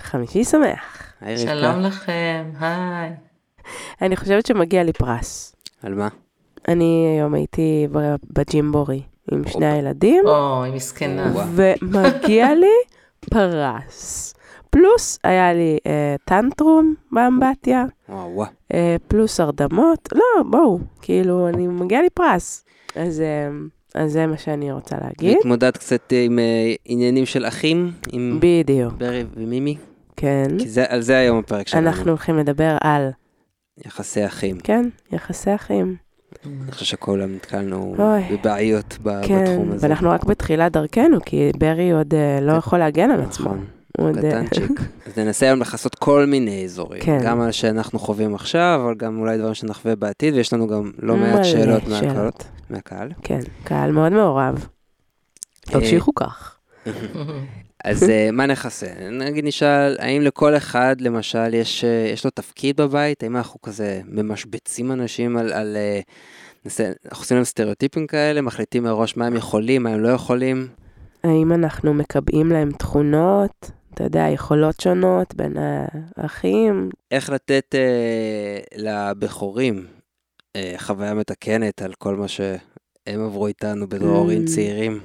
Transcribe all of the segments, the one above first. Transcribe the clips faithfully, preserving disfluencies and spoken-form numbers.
חמישי שמח. היי רבקה. שלום לכם, היי. אני חושבת שמגיע לי פרס. על מה? אני היום הייתי בג'ימבורי עם שני הילדים. אוי, מסכנה. ומגיע לי פרס. פלוס היה לי אה, טנטרום באמבטיה. וואו וואו. אה, פלוס הרדמות. לא, בואו, כאילו, אני מגיע לי פרס. אז, אה, אז זה מה שאני רוצה להגיד. התמודדת קצת עם אה, עניינים של אחים? עם בדיוק. ברי ומימי? כן. כי זה, על זה היום הפרק שלנו. אנחנו הולכים לדבר על... יחסי אחים. כן, יחסי אחים. אני חושב שכולם נתקלנו אוי. בבעיות ב- כן, בתחום הזה. ואנחנו רק בתחילת דרכנו, כי ברי עוד אה, לא יכול להגן על עצמו. נכון. הוא עוד, אה, קטנצ'יק. אז ננסה היום לחסות כל מיני אזורים. כן. גם על שאנחנו חווים עכשיו, אבל גם אולי דברים שנחווה בעתיד, ויש לנו גם לא מלא מעט שאלות שאלות. מהקהל. מהקהל. כן, קהל מאוד מעורב. תמשיכו כך. אז אה, מה נכסה? נגיד נשאל, האם לכל אחד, למשל, יש, אה, יש לו תפקיד בבית? האם אנחנו כזה ממשבצים אנשים על... על אה, נעשה, אנחנו עושים להם סטריאוטיפים כאלה, מחליטים מראש מה הם יכולים, מה הם לא יכולים? האם אנחנו מקבעים להם תכונות, אתה יודע, יכולות שונות בין האחים? איך לתת אה, לבחורים אה, חוויה מתקנת על כל מה שהם עברו איתנו בתור הורים צעירים?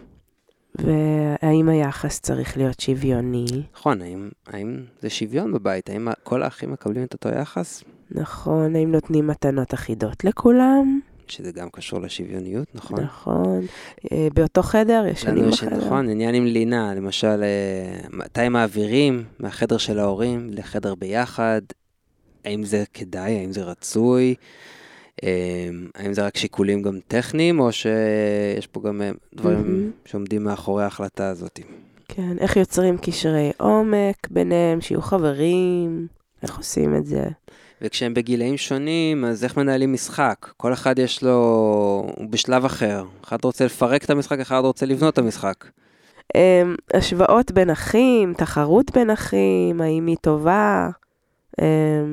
והאם היחס צריך להיות שוויוני? נכון, האם, האם זה שוויון בבית? האם כל האחים מקבלים את אותו יחס? נכון, האם נותנים מתנות אחידות לכולם? שזה גם קשור לשוויוניות, נכון? נכון. אה, באותו חדר, ישנים בחדר. נכון, עניין עם לינה, למשל, אה, מתי מעבירים מהחדר של ההורים לחדר ביחד? האם זה כדאי? האם זה רצוי? אה, האם זה רק שיקולים גם טכניים, או שיש פה גם אה, דברים שעומדים מאחורי ההחלטה הזאת? כן, איך יוצרים קשרי עומק ביניהם, שיהיו חברים, איך עושים את זה? וכשהם בגילאים שונים, אז איך מנהלים משחק? כל אחד יש לו, הוא בשלב אחר. אחד רוצה לפרק את המשחק, אחד רוצה לבנות את המשחק. Um, השוואות בין אחים, תחרות בין אחים, האם היא טובה, um,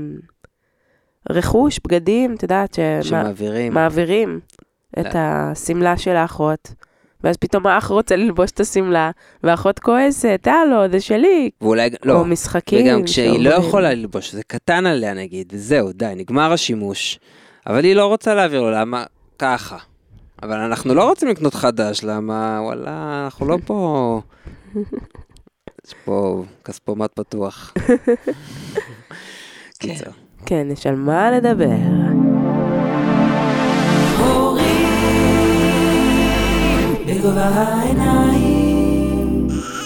רכוש, בגדים, אתה יודעת, שמעבירים. מעבירים את הסמלה של האחות, ואז פתאום האח רוצה ללבוש את הסמלה, והאחות כועסת, אה לא, זה שלי, ואולי, לא. או משחקים. וגם כשהיא לא יכולה ללבוש, זה קטן עליה נגיד, וזהו, די, נגמר השימוש, אבל היא לא רוצה להעביר לו, למה? ככה. אבל אנחנו לא רוצים לקנות חדש, למה? וואלה, אנחנו לא פה... יש פה כספומט פתוח. קיצר. כן, יש על מה לדבר. בגובה העיניים.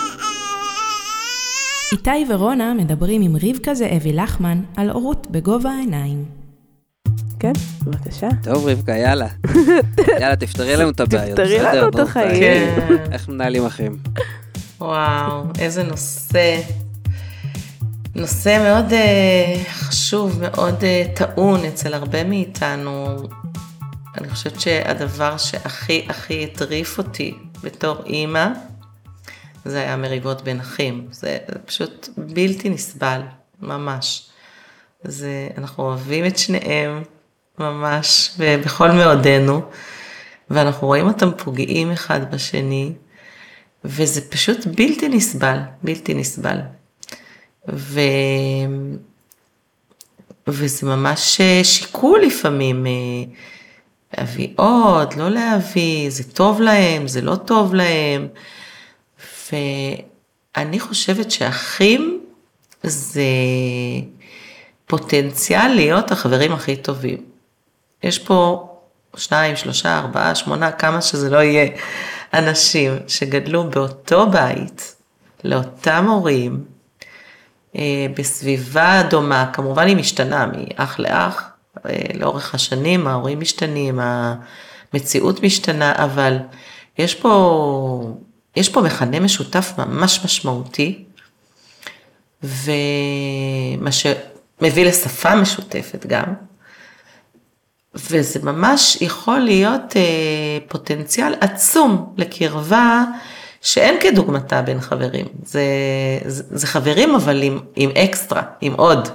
איתי ורונה מדברים עם רבקה זאבי לחמן על אורות בגובה העיניים. כן, בבקשה. טוב רבקה, יאללה. יאללה, תפתרי לנו את הבעיות. תפתרי לנו את החיים. איך מנהלים אחים? וואו, איזה נושא. נושא מאוד uh, חשוב, מאוד uh, טעון אצל הרבה מאיתנו. אני חושבת שהדבר שהכי הכי הטריף אותי בתור אימא, זה היה מריבות בין אחים. זה, זה פשוט בלתי נסבל, ממש. זה, אנחנו אוהבים את שניהם, ממש, בכל מאודנו, ואנחנו רואים אותם פוגעים אחד בשני, וזה פשוט בלתי נסבל, בלתי נסבל. ו... וזה ממש שיקול לפעמים, להביא עוד, לא להביא, זה טוב להם, זה לא טוב להם. ואני חושבת שאחים זה פוטנציאל להיות החברים הכי טובים. יש פה שניים, שלושה, ארבעה, שמונה, כמה שזה לא יהיה, אנשים שגדלו באותו בית, לאותם הורים, בסביבה דומה, כמובן היא משתנה מאח לאח, לאורך השנים ההורים משתנים, המציאות משתנה, אבל יש פה, יש פה מכנה משותף ממש משמעותי, ומה שמביא לשפה משותפת גם, וזה ממש יכול להיות פוטנציאל עצום לקרבה, שאין כדוגמתה בין חברים. זה, זה, זה חברים אבל עם, עם אקסטרה, עם עוד.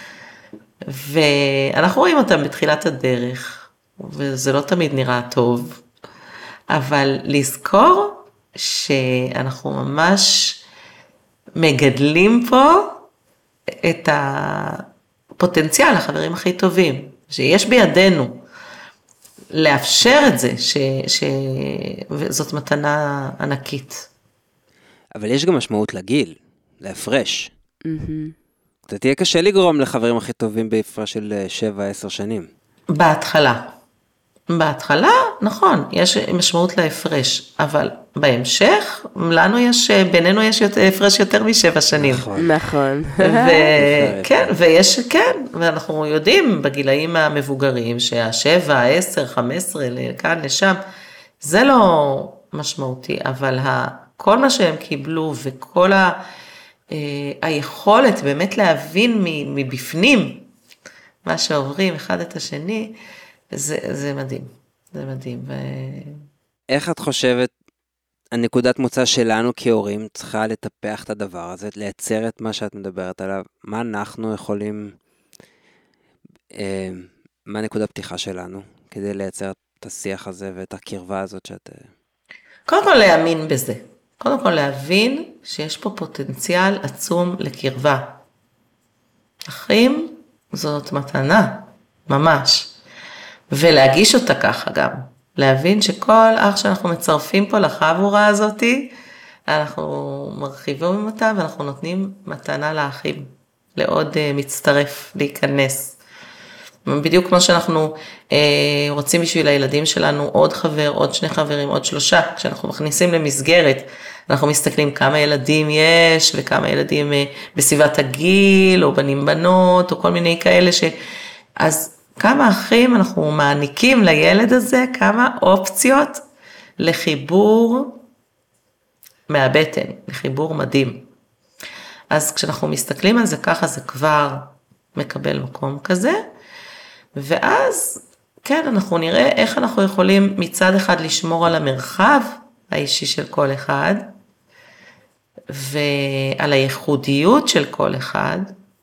ואנחנו רואים אותם בתחילת הדרך, וזה לא תמיד נראה טוב, אבל לזכור שאנחנו ממש מגדלים פה את הפוטנציאל, החברים הכי טובים, שיש בידינו, לאפשר את זה, ש, ש... וזאת מתנה ענקית. אבל יש גם משמעות לגיל, להפרש. זה תהיה קשה לגרום לחברים הכי טובים בהפרש של שבע עשר שנים. בהתחלה. בהתחלה, נכון, יש משמעות להפרש, אבל בהמשך, לנו יש, בינינו יש הפרש יותר משבע שנים. נכון. נכון. וכן, ויש, כן, ואנחנו יודעים בגילאים המבוגרים, שהשבע, העשר, חמש עשרה, לכאן, לשם, זה לא משמעותי, אבל כל מה שהם קיבלו, וכל ה, היכולת באמת להבין מבפנים, מה שעוברים אחד את השני, זה, זה מדהים, זה מדהים. ו... איך את חושבת, הנקודת מוצא שלנו כהורים צריכה לטפח את הדבר הזה, לייצר את מה שאת מדברת עליו, מה אנחנו יכולים, אה, מה נקודת פתיחה שלנו, כדי לייצר את השיח הזה ואת הקרבה הזאת שאת... קודם כל להאמין בזה, קודם כל להבין שיש פה פוטנציאל עצום לקרבה. אחים זאת מתנה, ממש. ולהגיש אותה ככה גם, להבין שכל אח שאנחנו מצרפים פה לחבורה הזאת, אנחנו מרחיבים אותה ואנחנו נותנים מתנה לאחים, לעוד uh, מצטרף להיכנס. בדיוק כמו שאנחנו uh, רוצים בשביל הילדים שלנו עוד חבר, עוד שני חברים, עוד שלושה, כשאנחנו מכניסים למסגרת, אנחנו מסתכלים כמה ילדים יש וכמה ילדים uh, בסביבת הגיל או בנים בנות או כל מיני כאלה ש... אז כמה אחים אנחנו מעניקים לילד הזה, כמה אופציות לחיבור מהבטן, לחיבור מדהים. אז כשאנחנו מסתכלים על זה ככה, זה כבר מקבל מקום כזה, ואז כן, אנחנו נראה איך אנחנו יכולים מצד אחד לשמור על המרחב האישי של כל אחד, ועל הייחודיות של כל אחד,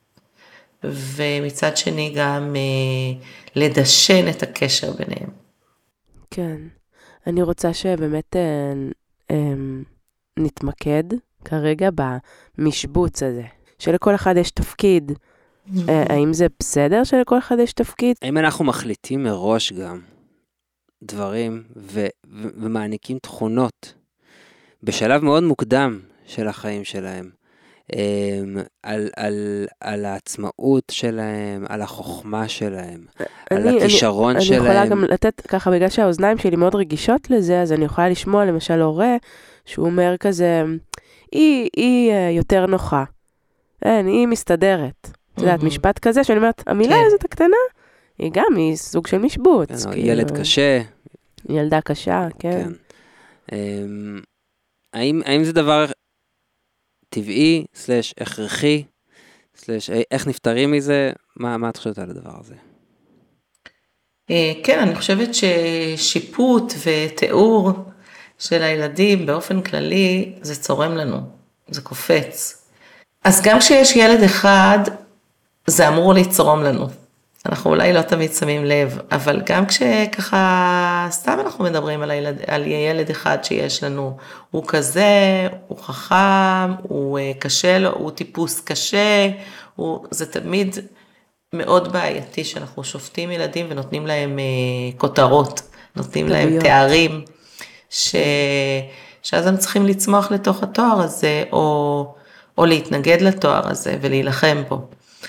ומצד שני גם אה, לדשן את הקשר ביניהם. כן, אני רוצה שבאמת אה, אה, נתמקד כרגע במשבוץ הזה, שלכל אחד יש תפקיד. אה, האם זה בסדר שלכל אחד יש תפקיד? האם אנחנו מחליטים מראש גם דברים ו- ו- ומעניקים תכונות בשלב מאוד מוקדם של החיים שלהם, על, על, על העצמאות שלהם, על החוכמה שלהם, אני, על הכישרון אני, שלהם. אני יכולה גם לתת ככה, בגלל שהאוזניים שלי מאוד רגישות לזה, אז אני יכולה לשמוע למשל הורה, שהוא אומר כזה, היא, היא יותר נוחה, אין, היא מסתדרת. את יודעת, משפט כזה, שאני אומרת, המילה הזאת הקטנה, היא גם, היא סוג של משבוץ. ילד קשה. ילדה קשה, כן. האם, האם זה דבר טבעי, סלש הכרחי, סלש איך נפטרים מזה? מה, מה את חושבת על הדבר הזה? כן, אני חושבת ששיפוט ותיאור של הילדים באופן כללי, זה צורם לנו, זה קופץ. אז גם כשיש ילד אחד, זה אמור לצרום לנו. אנחנו אולי לא תמיד שמים לב, אבל גם כשככה, סתם אנחנו מדברים על, הילד, על ילד אחד שיש לנו, הוא כזה, הוא חכם, הוא קשה לו, הוא טיפוס קשה, הוא, זה תמיד מאוד בעייתי שאנחנו שופטים ילדים ונותנים להם כותרות, נותנים להם תארים, ש, שאז הם צריכים לצמוח לתוך התואר הזה, או, או להתנגד לתואר הזה ולהילחם בו.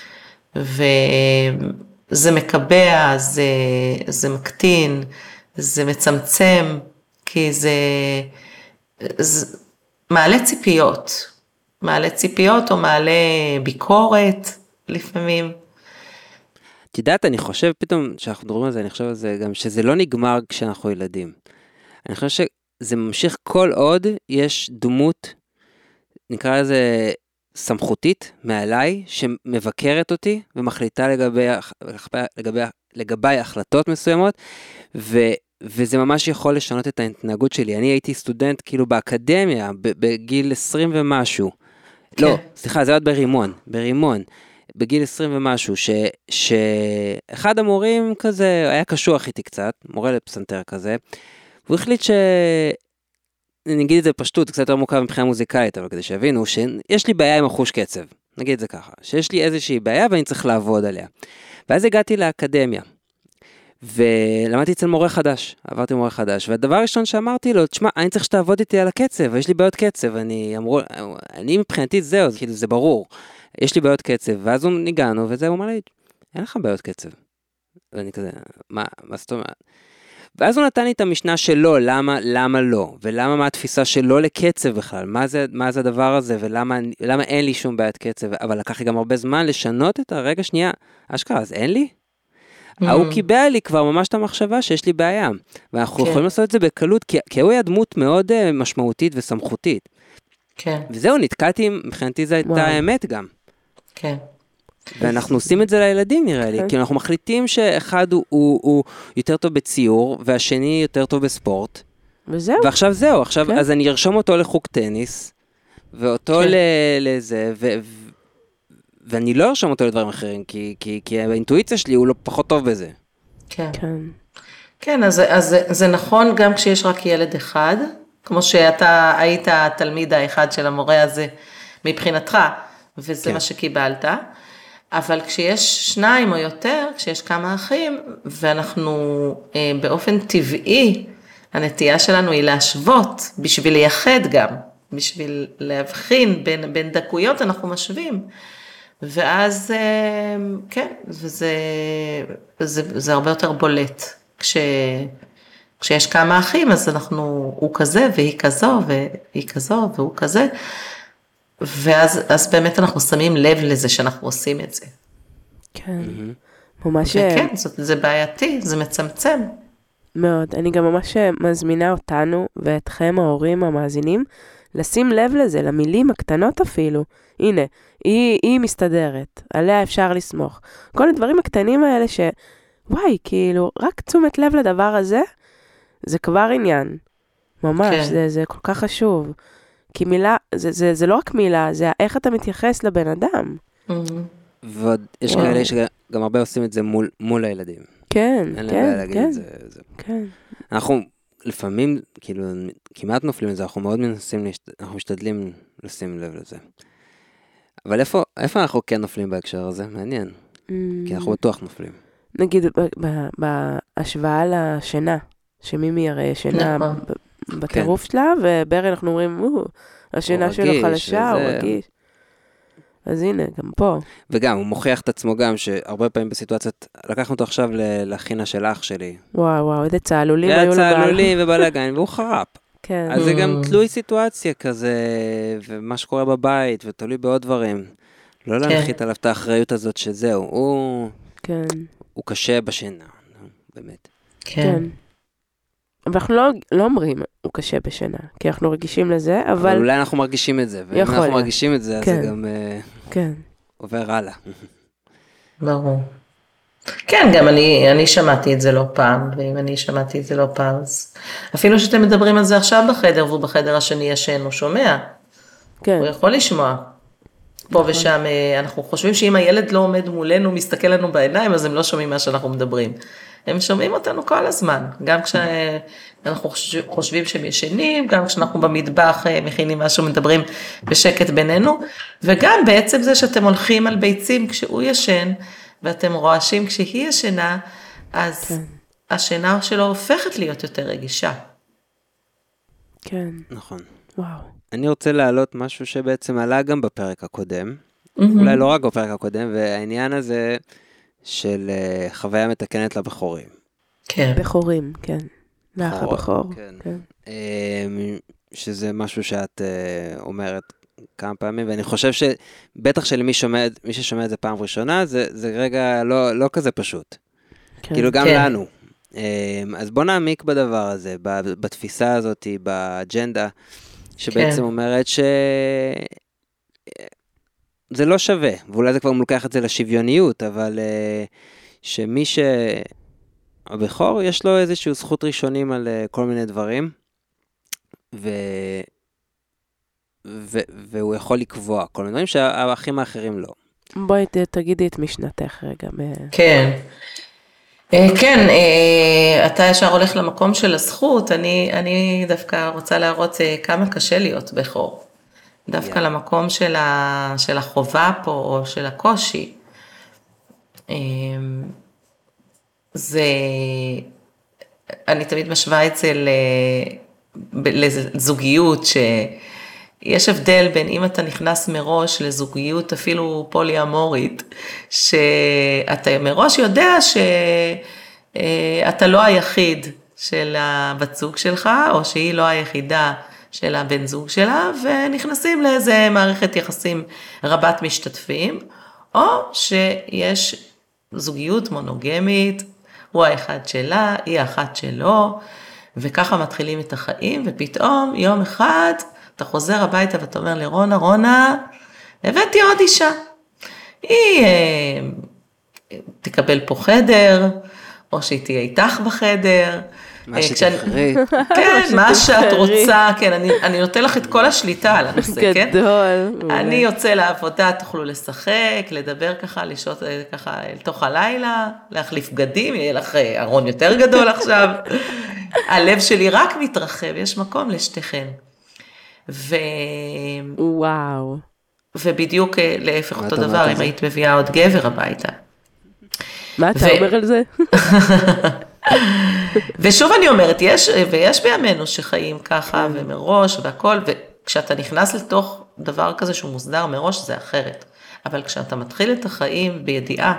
וזה מקבע, זה, זה מקטין, זה מצמצם, כי זה, זה מעלה ציפיות, מעלה ציפיות או מעלה ביקורת לפעמים. את יודעת, אני חושב פתאום, שאנחנו מדברים על זה, אני חושב על זה גם, שזה לא נגמר כשאנחנו ילדים. אני חושב שזה ממשיך כל עוד יש דמות, נקרא לזה סמכותית מעליי, שמבקרת אותי ומחליטה לגבי, לגבי, לגבי החלטות מסוימות, ו, וזה ממש יכול לשנות את ההתנהגות שלי. אני הייתי סטודנט כאילו באקדמיה, בגיל עשרים ומשהו. כן. לא, סליחה, זה עוד ברימון, ברימון. בגיל עשרים ומשהו, ש, שאחד המורים כזה, היה קשוח איתי קצת, מורה לפסנתר כזה, והוא החליט ש... אני אגיד את זה פשטות, קצת יותר מורכב מבחינה מוזיקלית, אבל כדי שהבינו, שיש לי בעיה עם החוש קצב, נגיד את זה ככה, שיש לי איזושהי בעיה ואני צריך לעבוד עליה. ואז הגעתי לאקדמיה, ולמדתי אצל מורה חדש, עברתי מורה חדש, והדבר הראשון שאמרתי לו, תשמע, אני צריך שתעבוד איתי על הקצב, ויש לי בעיות קצב, אני אמרו, אני מבחינתי זהו, כאילו זה ברור, יש לי בעיות קצב, ואז הוא ניגענו, וזה הוא אמר לי, אין לך בעיות קצב. ואני כזה, מה, מה זאת אומרת? ואז הוא נתן לי את המשנה שלו, למה, למה לא, ולמה מה התפיסה שלו לקצב בכלל, מה זה, מה זה הדבר הזה, ולמה למה אין לי שום בעיית קצב, אבל לקח לי גם הרבה זמן לשנות את הרגע שנייה, אשכרה, אז אין לי? הוא קיבע לי כבר ממש את המחשבה שיש לי בעיה, ואנחנו יכולים לעשות את זה בקלות, כי הוא היה דמות מאוד משמעותית וסמכותית. כן. וזהו, נתקעתי, מבחינתי זה הייתה האמת גם. כן. ואנחנו עושים את זה לילדים נראה לי, כי אנחנו מחליטים שאחד הוא, הוא, הוא יותר טוב בציור, והשני יותר טוב בספורט. וזהו. ועכשיו זהו, עכשיו, כן. אז אני ארשום אותו לחוג טניס, ואותו כן. לזה, ו, ו, ואני לא ארשום אותו לדברים אחרים, כי, כי, כי האינטואיציה שלי הוא לא פחות טוב בזה. כן. כן, כן אז, אז זה נכון גם כשיש רק ילד אחד, כמו שאתה היית התלמיד האחד של המורה הזה מבחינתך, וזה כן. מה שקיבלת. אבל כשיש שניים או יותר, כשיש כמה אחים, ואנחנו אה, באופן טבעי, הנטייה שלנו היא להשוות, בשביל לייחד גם, בשביל להבחין בין, בין דקויות אנחנו משווים, ואז אה, כן, וזה זה, זה הרבה יותר בולט, כש, כשיש כמה אחים, אז אנחנו, הוא כזה והיא כזו, והיא כזו והוא כזה, ואז אז באמת אנחנו שמים לב לזה שאנחנו עושים את זה. כן, ממש... כן, זה בעייתי, זה מצמצם. מאוד, אני גם ממש מזמינה אותנו ואתכם ההורים המאזינים, לשים לב לזה, למילים הקטנות אפילו. הנה, היא, היא מסתדרת, עליה אפשר לסמוך. כל הדברים הקטנים האלה ש... וואי, כאילו, רק תשומת לב לדבר הזה, זה כבר עניין. ממש, כן. זה, זה כל כך חשוב. כי מילה, זה, זה, זה לא רק מילה, זה איך אתה מתייחס לבן אדם. ועוד יש כאלה שגם הרבה עושים את זה מול, מול הילדים. כן, אין כן, להם להגיד כן, את זה, זה. כן. אנחנו לפעמים, כאילו, כמעט נופלים לזה, אנחנו מאוד מנסים, אנחנו משתדלים לשים לב לזה. אבל איפה, איפה אנחנו כן נופלים בהקשר הזה? מעניין. כי אנחנו בטוח נופלים. נגיד, בהשוואה לשינה, שמימי הרי ישנה בטירוף שלה, וברי אנחנו אומרים, השינה שלו חלשה, הוא רגיש. אז הנה, גם פה. וגם, הוא מוכיח את עצמו גם, שהרבה פעמים בסיטואציות, לקחנו אותו עכשיו לחינה של אח שלי. וואו, וואו, איזה צעלולים היו לו. צעלולים ובלגן, והוא חרפ. כן. אז זה גם תלוי סיטואציה כזה, ומה שקורה בבית, ותלוי בעוד דברים. לא להנחית עליו את האחריות הזאת שזהו, הוא... כן. הוא קשה בשינה, באמת. כן. אבל אנחנו לא, לא אומרים, הוא קשה בשינה, כי אנחנו רגישים לזה, אבל... אבל אולי אנחנו מרגישים את זה, ואם אנחנו לה. מרגישים את זה, כן. אז זה גם כן. עובר הלאה. ברור. כן, גם אני, אני שמעתי את זה לא פעם, ואם אני שמעתי את זה לא פעם, אז... אפילו שאתם מדברים על זה עכשיו בחדר, והוא בחדר השני ישן, הוא שומע. כן. הוא יכול לשמוע. פה ושם, אנחנו חושבים שאם הילד לא עומד מולנו, מסתכל לנו בעיניים, אז הם לא שומעים מה שאנחנו מדברים. הם שומעים אותנו כל הזמן, גם כשאנחנו חושבים שהם ישנים, גם כשאנחנו במטבח מכינים משהו, מדברים בשקט בינינו, וגם בעצם זה שאתם הולכים על ביצים כשהוא ישן, ואתם רועשים כשהיא ישנה, אז כן. השינה שלו הופכת להיות יותר רגישה. כן. נכון. וואו. אני רוצה להעלות משהו שבעצם עלה גם בפרק הקודם, mm-hmm. אולי לא רק בפרק הקודם, והעניין הזה של uh, חוויה מתקנת לבחורים. כן. בחורים, כן. לאח הבחור. כן. כן. Um, שזה משהו שאת uh, אומרת כמה פעמים, ואני חושב שבטח שלמי שומע, מי ששומע את זה פעם ראשונה, זה, זה רגע לא, לא כזה פשוט. כן. כאילו גם כן. לנו. Um, אז בוא נעמיק בדבר הזה, בתפיסה הזאת, באג'נדה, שבעצם כן. אומרת ש... זה לא שווה, ואולי זה כבר מלוקח את זה לשוויוניות, אבל uh, שמי שהבכור, יש לו איזושהי זכות ראשונים על uh, כל מיני דברים, ו... ו... והוא יכול לקבוע כל מיני דברים שהאחים האחרים לא. בואי תגידי את משנתך רגע. כן. כן, אתה ישר הולך למקום של הזכות, אני, אני דווקא רוצה להראות כמה קשה להיות בכור. דווקא yeah. למקום של, ה, של החובה פה, או של הקושי. זה, אני תמיד משווה את זה לזוגיות, שיש הבדל בין אם אתה נכנס מראש לזוגיות אפילו פולי-אמורית, שאתה מראש יודע שאתה לא היחיד של הבת זוג שלך, או שהיא לא היחידה של הבן זוג שלה, ונכנסים לאיזה מערכת יחסים רבת משתתפים, או שיש זוגיות מונוגמית, הוא האחד שלה, היא האחת שלו, וככה מתחילים את החיים, ופתאום יום אחד אתה חוזר הביתה ואתה אומר לרונה, רונה, הבאתי עוד אישה. היא אה, תקבל פה חדר, או שהיא תהיה איתך בחדר. מה שתבחרי. כן, מה שאת רוצה, כן, אני, אני נותן לך את כל השליטה על הנושא, כן? גדול. אני יוצא לעבודה, תוכלו לשחק, לדבר ככה, לשעות ככה אל תוך הלילה, להחליף בגדים, יהיה לך ארון יותר גדול עכשיו. הלב שלי רק מתרחב, יש מקום לשתיכן. ו... וואו. ובדיוק להפך אותו דבר, אם היית מביאה עוד גבר הביתה. מה אתה אומר על זה? ושוב אני אומרת, יש, ויש בימינו שחיים ככה ומראש והכל, וכשאתה נכנס לתוך דבר כזה שהוא מוסדר מראש, זה אחרת. אבל כשאתה מתחיל את החיים בידיעה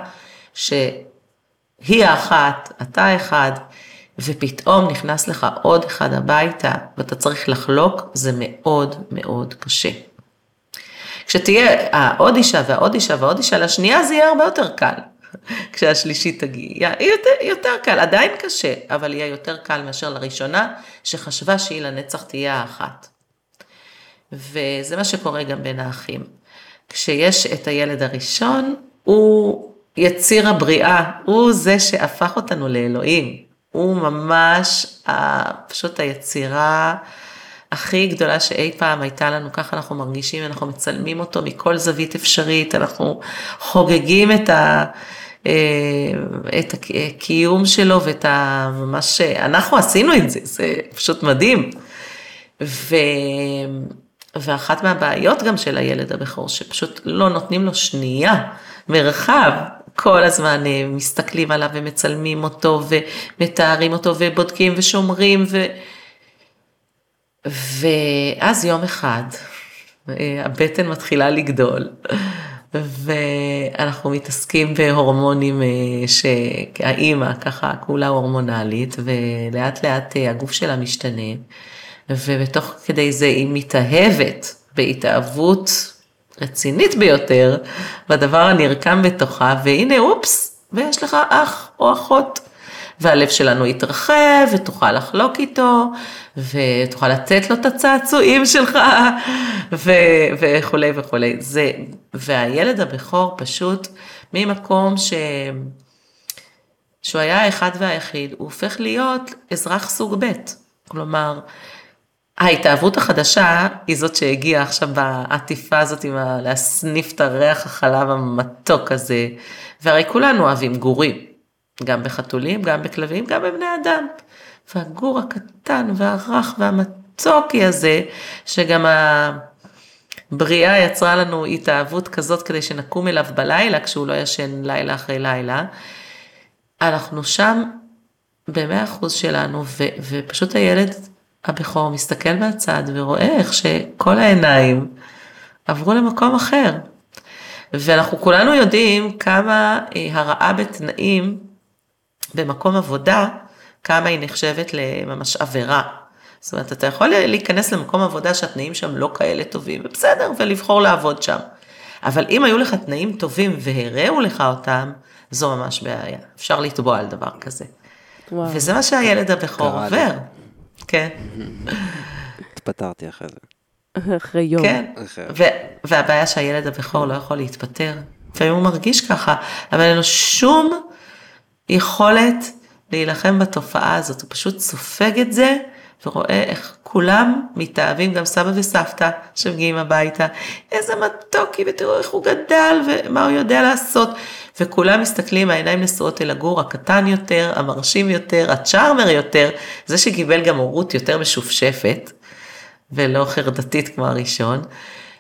שהיא האחת, אתה האחד, ופתאום נכנס לך עוד אחד הביתה, ואתה צריך לחלוק, זה מאוד מאוד קשה. כשתהיה העוד אישה והעוד אישה והעוד אישה, לשנייה זה יהיה הרבה יותר קל. כשהשלישית תגיע, יהיה יותר, יותר קל, עדיין קשה, אבל יהיה יותר קל מאשר לראשונה, שחשבה שהיא לנצח תהיה האחת. וזה מה שקורה גם בין האחים. כשיש את הילד הראשון, הוא יציר הבריאה, הוא זה שהפך אותנו לאלוהים. הוא ממש פשוט היצירה הכי גדולה שאי פעם הייתה לנו, ככה אנחנו מרגישים, אנחנו מצלמים אותו מכל זווית אפשרית, אנחנו חוגגים את ה... את הקיום שלו ואת ה... ממש... אנחנו עשינו את זה, זה פשוט מדהים. ו... ואחת מהבעיות גם של הילד הבכור, שפשוט לא נותנים לו שנייה, מרחב, כל הזמן מסתכלים עליו ומצלמים אותו ומתארים אותו ובודקים ושומרים ו... ואז יום אחד, הבטן מתחילה לגדול, ואנחנו מתעסקים בהורמונים שהאימא ככה כולה הורמונלית, ולאט לאט הגוף שלה משתנה, ובתוך כדי זה היא מתאהבת בהתאהבות רצינית ביותר, בדבר הנרקם בתוכה, והנה אופס, ויש לך אח או אחות, והלב שלנו יתרחב, ותוכל לחלוק איתו, ותוכל לתת לו את הצעצועים שלך, ו- וכולי וכולי. זה, והילד הבכור פשוט, ממקום ש... שהוא היה האחד והיחיד, הוא הופך להיות אזרח סוג ב'. כלומר, ההתאהבות החדשה היא זאת שהגיעה עכשיו בעטיפה הזאת, עם ה... להסניף את הריח החלב המתוק הזה, והרי כולנו אוהבים גורים. גם בחתולים, גם בכלבים, גם בבני אדם. והגור הקטן והרך והמתוקי הזה, שגם הבריאה יצרה לנו התאהבות כזאת, כדי שנקום אליו בלילה, כשהוא לא ישן לילה אחרי לילה, אנחנו שם במאה אחוז שלנו, ו- ופשוט הילד הבכור מסתכל מהצד, ורואה איך שכל העיניים עברו למקום אחר. ואנחנו כולנו יודעים כמה הרעה בתנאים, במקום עבודה, כמה היא נחשבת לממש עבירה. זאת אומרת, אתה יכול להיכנס למקום עבודה שהתנאים שם לא כאלה טובים, ובסדר, ולבחור לעבוד שם. אבל אם היו לך תנאים טובים והראו לך אותם, זו ממש בעיה. אפשר לתבוע על דבר כזה. וואו. וזה מה שהילד הבכור עובר. כן. התפטרתי אחרי זה. אחרי יום. כן. ו- והבעיה שהילד הבכור לא יכול להתפטר. לפעמים הוא מרגיש ככה, אבל אין לו שום יכולת להילחם בתופעה הזאת, הוא פשוט סופג את זה, ורואה איך כולם מתאהבים, גם סבא וסבתא שמגיעים הביתה, איזה מתוקי, ותראו איך הוא גדל, ומה הוא יודע לעשות, וכולם מסתכלים, העיניים נשואות אל הגור הקטן יותר, המרשים יותר, הצ'ארמר יותר, זה שקיבל גם הורות יותר משופשפת, ולא חרדתית כמו הראשון,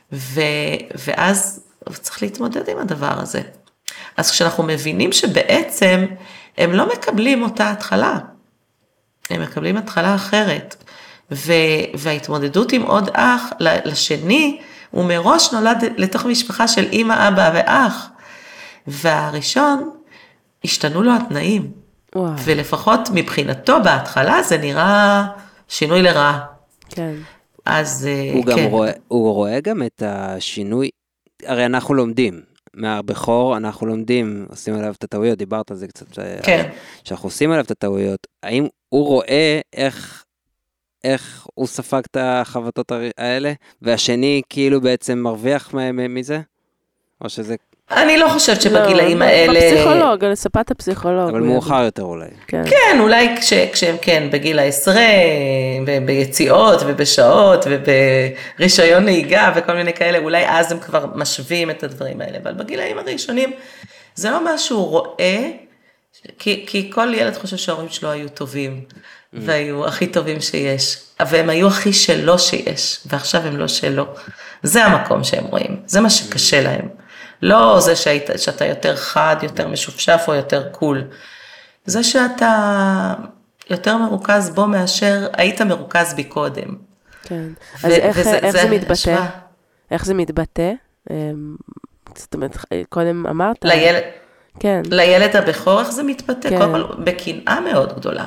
ו, ואז צריך להתמודד עם הדבר הזה. אז כשאנחנו מבינים שבעצם הם לא מקבלים אותה התחלה, הם מקבלים התחלה אחרת, ו, וההתמודדות עם עוד אח לשני, הוא מראש נולד לתוך משפחה של אמא, אבא ואח, והראשון השתנו לו התנאים, וואו. ולפחות מבחינתו בהתחלה זה נראה שינוי לרעה. כן. אז הוא כן. גם רואה, הוא רואה גם את השינוי, הרי אנחנו לומדים, מהבכור אנחנו לומדים, עושים עליו את הטעויות, דיברת על זה קצת, כן. שאנחנו עושים עליו את הטעויות, האם הוא רואה איך, איך הוא ספג את החבטות האלה, והשני כאילו בעצם מרוויח מזה? או שזה... אני לא חושבת שבגילאים לא, האלה... בפסיכולוג, על ספת הפסיכולוג. אבל מאוחר יותר אולי. כן, כן, אולי כש, כשהם כן, בגיל העשרה, ביציאות ובשעות וברישיון נהיגה וכל מיני כאלה, אולי אז הם כבר משווים את הדברים האלה, אבל בגילאים הראשונים זה לא מה שהוא רואה, כי, כי כל ילד חושב שההורים שלו היו טובים, והיו הכי טובים שיש, והם היו הכי שלו שיש, ועכשיו הם לא שלו. זה המקום שהם רואים, זה מה שקשה להם. לא זה שהיית, שאתה יותר חד, יותר משופשף או יותר קול. זה שאתה יותר מרוכז בו מאשר היית מרוכז בי קודם. כן. אז איך, וזה, איך זה זה מתבטא? השוואה. איך זה מתבטא? זאת אומרת, קודם אמרת? לילד, כן. לילד הבכור, איך זה מתבטא? כן. קודם כל, בקנאה מאוד גדולה.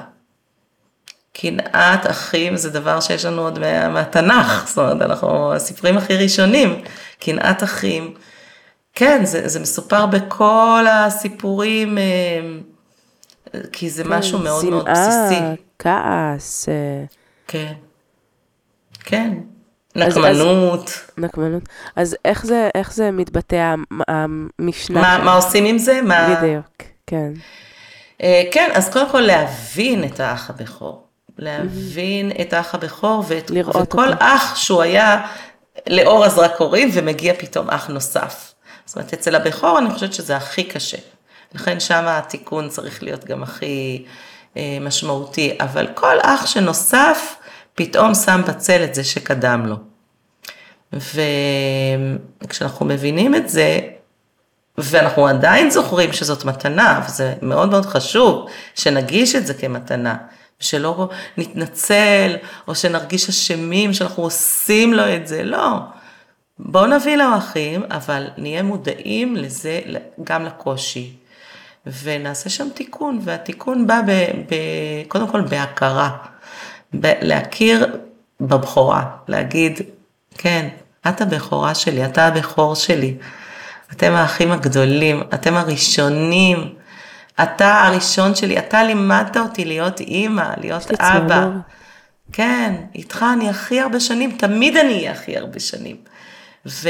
קנאת אחים זה דבר שיש לנו עוד מה, מהתנ"ך, זאת אומרת, אנחנו הסיפורים הכי ראשונים, קנאת אחים, כן, זה, זה מסופר בכל הסיפורים, כי זה משהו כן, מאוד מאוד שנאה, בסיסי. כעס. אה, כן, כן, אז- נקמנות. נקמנות. אז איך זה, איך זה מתבטא המ- המשנה? מה, כאן? מה עושים עם זה? מה... בדיוק, כן. אה, כן, אז קודם כל להבין את האח הבכור. להבין את האח הבכור, ואת, לראות וכל אותו. אח שהוא היה לאור הזרקורים, ומגיע פתאום אח נוסף. זאת אומרת, אצל הבכור אני חושבת שזה הכי קשה. לכן שם התיקון צריך להיות גם הכי אה, משמעותי. אבל כל אח שנוסף, פתאום שם בצל את זה שקדם לו. וכשאנחנו מבינים את זה, ואנחנו עדיין זוכרים שזאת מתנה, וזה מאוד מאוד חשוב שנגיש את זה כמתנה, שלא נתנצל, או שנרגיש אשמים שאנחנו עושים לו את זה, לא. בואו נביא לו אחים, אבל נהיה מודעים לזה, גם לקושי, ונעשה שם תיקון, והתיקון בא ב, ב, קודם כל בהכרה, ב, להכיר בבחורה, להגיד, כן, את הבכורה שלי, אתה הבכור שלי, אתם האחים הגדולים, אתם הראשונים, אתה הראשון שלי, אתה לימדת אותי להיות אימא, להיות לי אבא. צמרמורת. כן, איתך אני הכי הרבה שנים, תמיד אני אהיה הכי הרבה שנים. ו...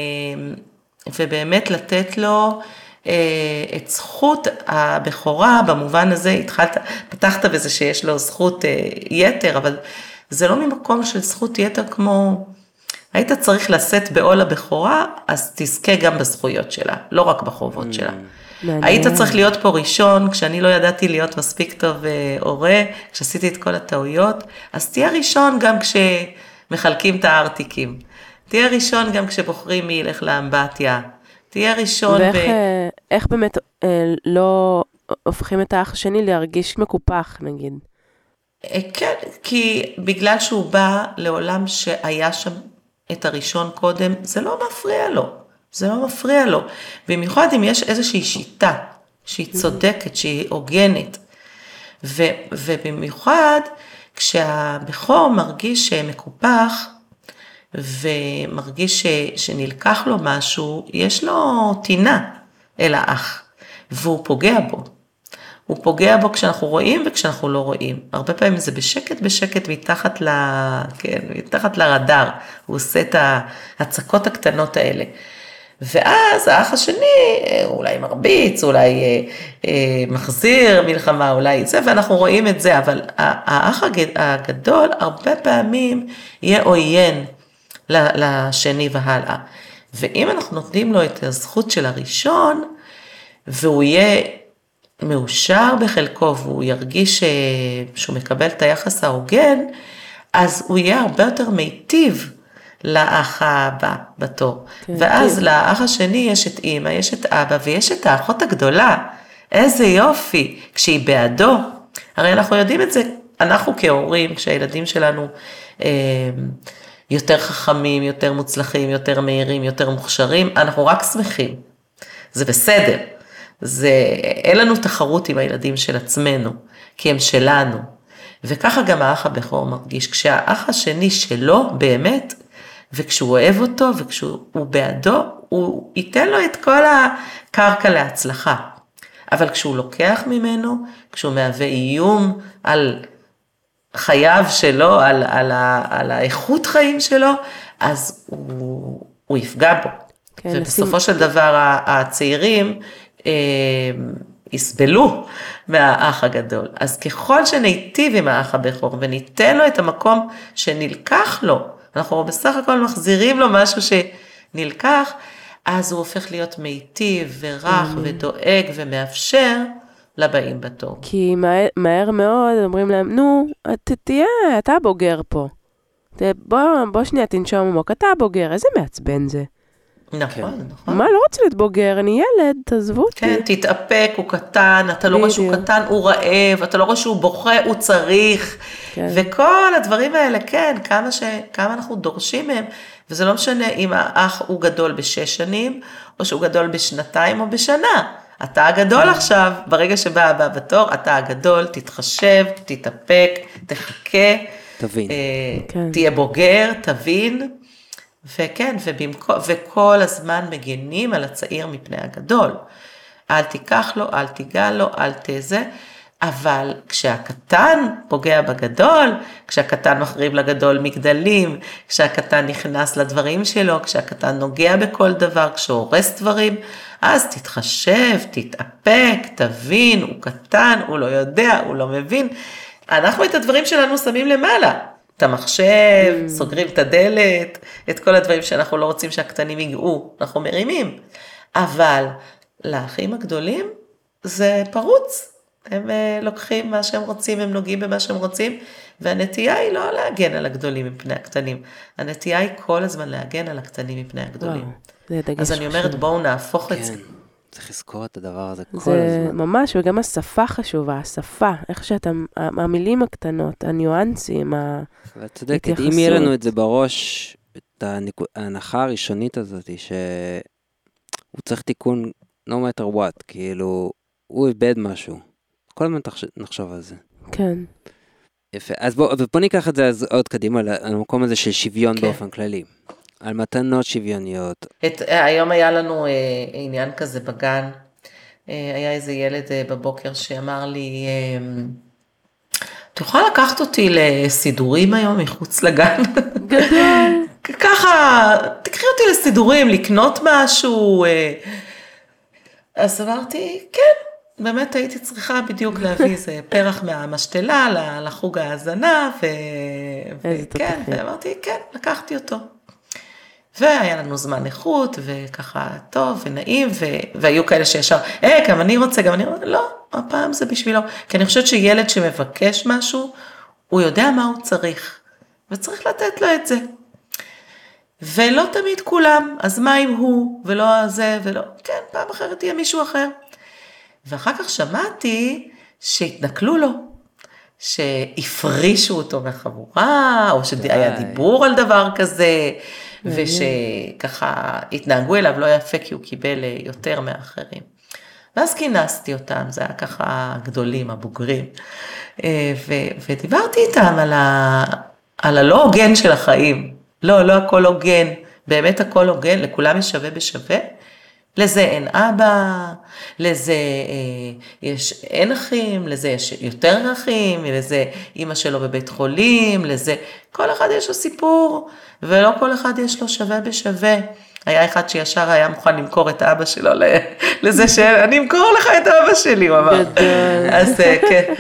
ובאמת לתת לו אה, את זכות הבכורה, במובן הזה התחלת, פתחת בזה שיש לו זכות אה, יתר, אבל זה לא ממקום של זכות יתר כמו... היית צריך לשאת בעול הבכורה, אז תזכה גם בזכויות שלה, לא רק בחובות שלה. מעניין. היית צריך להיות פה ראשון, כשאני לא ידעתי להיות מספיק טוב הורה, כשעשיתי את כל הטעויות, אז תהיה ראשון גם כשמחלקים את הארטיקים. תהיה ראשון גם כשבוחרים מי ילך לאמבטיה. תהיה ראשון ואיך ב... אה, איך באמת אה, לא הופכים את האח השני להרגיש מקופח, נגיד? כן, כי בגלל שהוא בא לעולם שהיה שם את הראשון קודם, זה לא מפריע לו. זה לא מפריע לו. במיוחד אם יש איזושהי שיטה שהיא צודקת, שהיא הוגנת. ו, ובמיוחד כשהבכור מרגיש מקופח, ומרגיש ש, שנלקח לו משהו, יש לו תינה אל האח, והוא פוגע בו. הוא פוגע בו כשאנחנו רואים וכשאנחנו לא רואים. הרבה פעמים זה בשקט בשקט מתחת, ל... כן, מתחת לרדאר. הוא עושה את ההצקות הקטנות האלה. ואז האח השני אולי מרביץ, אולי אה, אה, מחזיר מלחמה, אולי זה, ואנחנו רואים את זה, אבל האח הגדול הרבה פעמים יהיה עוין לשני והלאה. ואם אנחנו נותנים לו את הזכות של הראשון, והוא יהיה מאושר בחלקו, והוא ירגיש שהוא מקבל את היחס ההוגן, אז הוא יהיה הרבה יותר מיטיב לאח הבא בתור. כן, ואז כן. לאח השני יש את אמא, יש את אבא ויש את האחות הגדולה. איזה יופי, כשהיא בעדו. הרי אנחנו יודעים את זה, אנחנו כהורים, כשהילדים שלנו אה, יותר חכמים, יותר מוצלחים, יותר מהירים, יותר מוכשרים, אנחנו רק שמחים. זה בסדר. זה, אין לנו תחרות עם הילדים של עצמנו, כי הם שלנו. וככה גם האח הבכור מרגיש, כשהאח השני שלו באמת, וכשהוא אוהב אותו וכשהוא בעדו, הוא ייתן לו את כל הקרקע להצלחה. אבל כשהוא לוקח ממנו, כשהוא מהווה איום על חייו שלו, על, על, ה, על האיכות חיים שלו, אז הוא, הוא יפגע בו. כן, ובסופו לשים... של דבר הצעירים אה, יסבלו מהאח הגדול. אז ככל שניטיב עם האח הבכור וניתן לו את המקום שנלקח לו, אנחנו בסך הכל מחזירים לו משהו שנלקח, אז הוא הופך להיות מיטיב ורך mm. ודואג ומאפשר לבאים בתור. כי מהר, מהר מאוד אומרים להם, נו, ת, תהיה, אתה בוגר פה. ת, בוא, בוא שנייה תנשום עמוק, אתה בוגר, איזה מעצבן זה. נכון, נכון. מה, לא רוצה להיות בוגר, אני ילד, תעזבו אותי. כן, תתאפק, הוא קטן, אתה לא רואה שהוא קטן, הוא רעב, אתה לא רואה שהוא בוכה, הוא צריך. כן. וכל הדברים האלה, כן, כמה, ש... כמה אנחנו דורשים מהם, וזה לא משנה אם האח הוא גדול בשש שנים, או שהוא גדול בשנתיים או בשנה. אתה הגדול עכשיו, ברגע שבא הבא בתור, אתה הגדול, תתחשב, תתאפק, תחכה. תבין. אה, כן. תהיה בוגר, תבין. וכן, ובמקום, וכל הזמן מגנים על הצעיר מפני הגדול. אל תיקח לו, אל תיגע לו, אל תזה. אבל כשהקטן פוגע בגדול, כשהקטן מחריב לגדול מגדלים, כשהקטן נכנס לדברים שלו, כשהקטן נוגע בכל דבר, כשהורס דברים, אז תתחשב, תתאפק, תבין, הוא קטן, הוא לא יודע, הוא לא מבין. אנחנו את הדברים שלנו שמים למעלה. את המחשב, mm. סוגרים את הדלת, את כל הדברים שאנחנו לא רוצים שהקטנים יגעו, אנחנו מרימים. אבל לאחים הגדולים זה פרוץ. הם uh, לוקחים מה שהם רוצים, הם נוגעים במה שהם רוצים, והנטייה היא לא להגן על הגדולים מפני הקטנים. הנטייה היא כל הזמן להגן על הקטנים מפני הגדולים. וואו, אז אני אומרת, בואו נהפוך כן. את זה. צריך לזכור את הדבר הזה כל זה הזמן. זה ממש, וגם השפה חשובה, השפה, איך שאתה, המילים הקטנות, הניואנסים, ואת צודקת, אם יהיה לנו את זה בראש, את ההנחה הראשונית הזאת, שהוא צריך תיקון no matter what, כאילו, הוא איבד משהו. כל הזמן נחשוב על זה. כן. יפה, אז בוא, ובוא ניקח את זה אז עוד קדימה, על המקום הזה של שוויון כן. באופן כללי. על מתנות שוויוניות. את, היום היה לנו אה, עניין כזה בגן, אה, היה איזה ילד אה, בבוקר שאמר לי, אה, אתה יכולה לקחת אותי לסידורים היום מחוץ לגן? גדול. ככה, תקחי אותי לסידורים, לקנות משהו. אה. אז אמרתי, כן, באמת הייתי צריכה בדיוק להביא איזה פרח מהמשתלה לחוג ההזנה, ו... וכן, ואמרתי, כן, לקחתי אותו. והיה לנו זמן איכות, וככה טוב ונעים, ו... והיו כאלה שישר, אה, גם אני רוצה, גם אני רוצה, לא, הפעם זה בשבילו. כי אני חושבת שילד שמבקש משהו, הוא יודע מה הוא צריך, וצריך לתת לו את זה. ולא תמיד כולם, אז מה אם הוא, ולא זה, ולא, כן, פעם אחרת תהיה מישהו אחר. ואחר כך שמעתי שהתנכלו לו, שהפרישו אותו מהחבורה, או שהיה דיבור על דבר כזה, ושככה התנהגו אליו לא יפה כי הוא קיבל יותר מאחרים. ואז כינסתי אותם, זה היה ככה הגדולים, הבוגרים, ו- ודיברתי איתם על, ה- על הלא הוגן של החיים. לא, לא הכל הוגן, באמת הכל הוגן, לכולם יש שווה בשווה. לזה אין אבא, לזה אה, יש אין אחים, לזה יש יותר אחים, לזה אמא שלו בבית חולים, לזה, כל אחד יש לו סיפור, ולא כל אחד יש לו שווה בשווה. היה אחד שישר היה מוכן למכור את האבא שלו לזה שאני אמכור לך את האבא שלי, הוא אמר. אז כן.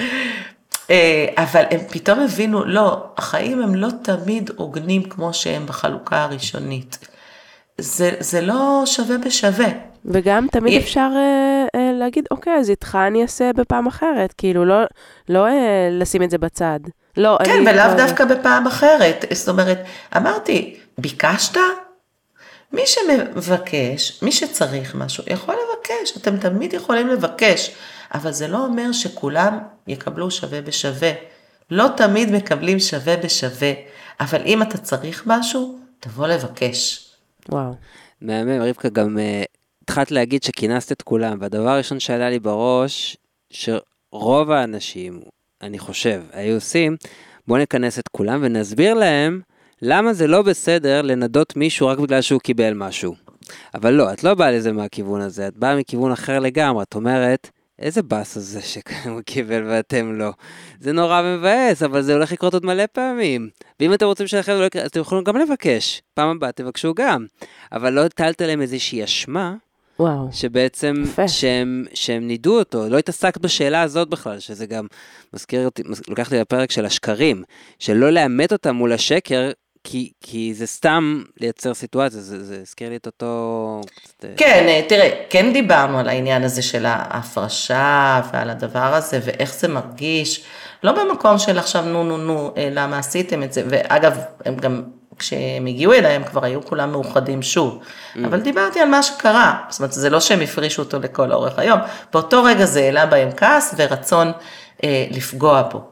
אבל הם פתאום הבינו, לא, החיים הם לא תמיד הוגנים כמו שהם בחלוקה הראשונית. זה, זה לא שווה בשווה. וגם תמיד אפשר אה, אה, להגיד, אוקיי, אז איתך אני אעשה בפעם אחרת, כאילו, לא, לא אה, לשים את זה בצד. לא, כן, אני, ולאו לא, דווקא בפעם אחרת. זאת אומרת, אמרתי, ביקשת? מי שמבקש, מי שצריך משהו, יכול לבקש, אתם תמיד יכולים לבקש, אבל זה לא אומר שכולם יקבלו שווה בשווה. לא תמיד מקבלים שווה בשווה, אבל אם אתה צריך משהו, תבוא לבקש. וואו. מהמם, רבקה, גם uh, התחלת להגיד שכינסת את כולם, והדבר הראשון שעלה לי בראש, שרוב האנשים, אני חושב, היו עושים, בואו נכנס את כולם ונסביר להם, למה זה לא בסדר לנדות מישהו רק בגלל שהוא קיבל משהו. אבל לא, את לא באה לזה מהכיוון הזה, את באה מכיוון אחר לגמרי, את אומרת, איזה באס הזה שהוא קיבל ואתם לא. זה נורא מבאס, אבל זה הולך לקרות עוד מלא פעמים. ואם אתם רוצים שלכם לא יקרה, אז אתם יכולים גם לבקש. פעם הבאה תבקשו גם. אבל לא הטלת להם איזושהי אשמה, וואו. שבעצם שהם, שהם נידו אותו, לא התעסקת בשאלה הזאת בכלל, שזה גם מזכיר אותי, לוקח לי לפרק של השקרים, שלא לאמת אותם מול השקר, כי, כי זה סתם לייצר סיטואציה, זה, זה הזכיר לי את אותו... כן, תראה, כן דיברנו על העניין הזה של ההפרשה ועל הדבר הזה, ואיך זה מרגיש, לא במקום של עכשיו נו נו נו, למה עשיתם את זה, ואגב, הם גם, כשהם הגיעו אליהם, כבר היו כולם מאוחדים שוב, mm. אבל דיברתי על מה שקרה, זאת אומרת, זה לא שהם הפרישו אותו לכל אורך היום, באותו רגע זה העלה בהם כעס ורצון אה, לפגוע בו.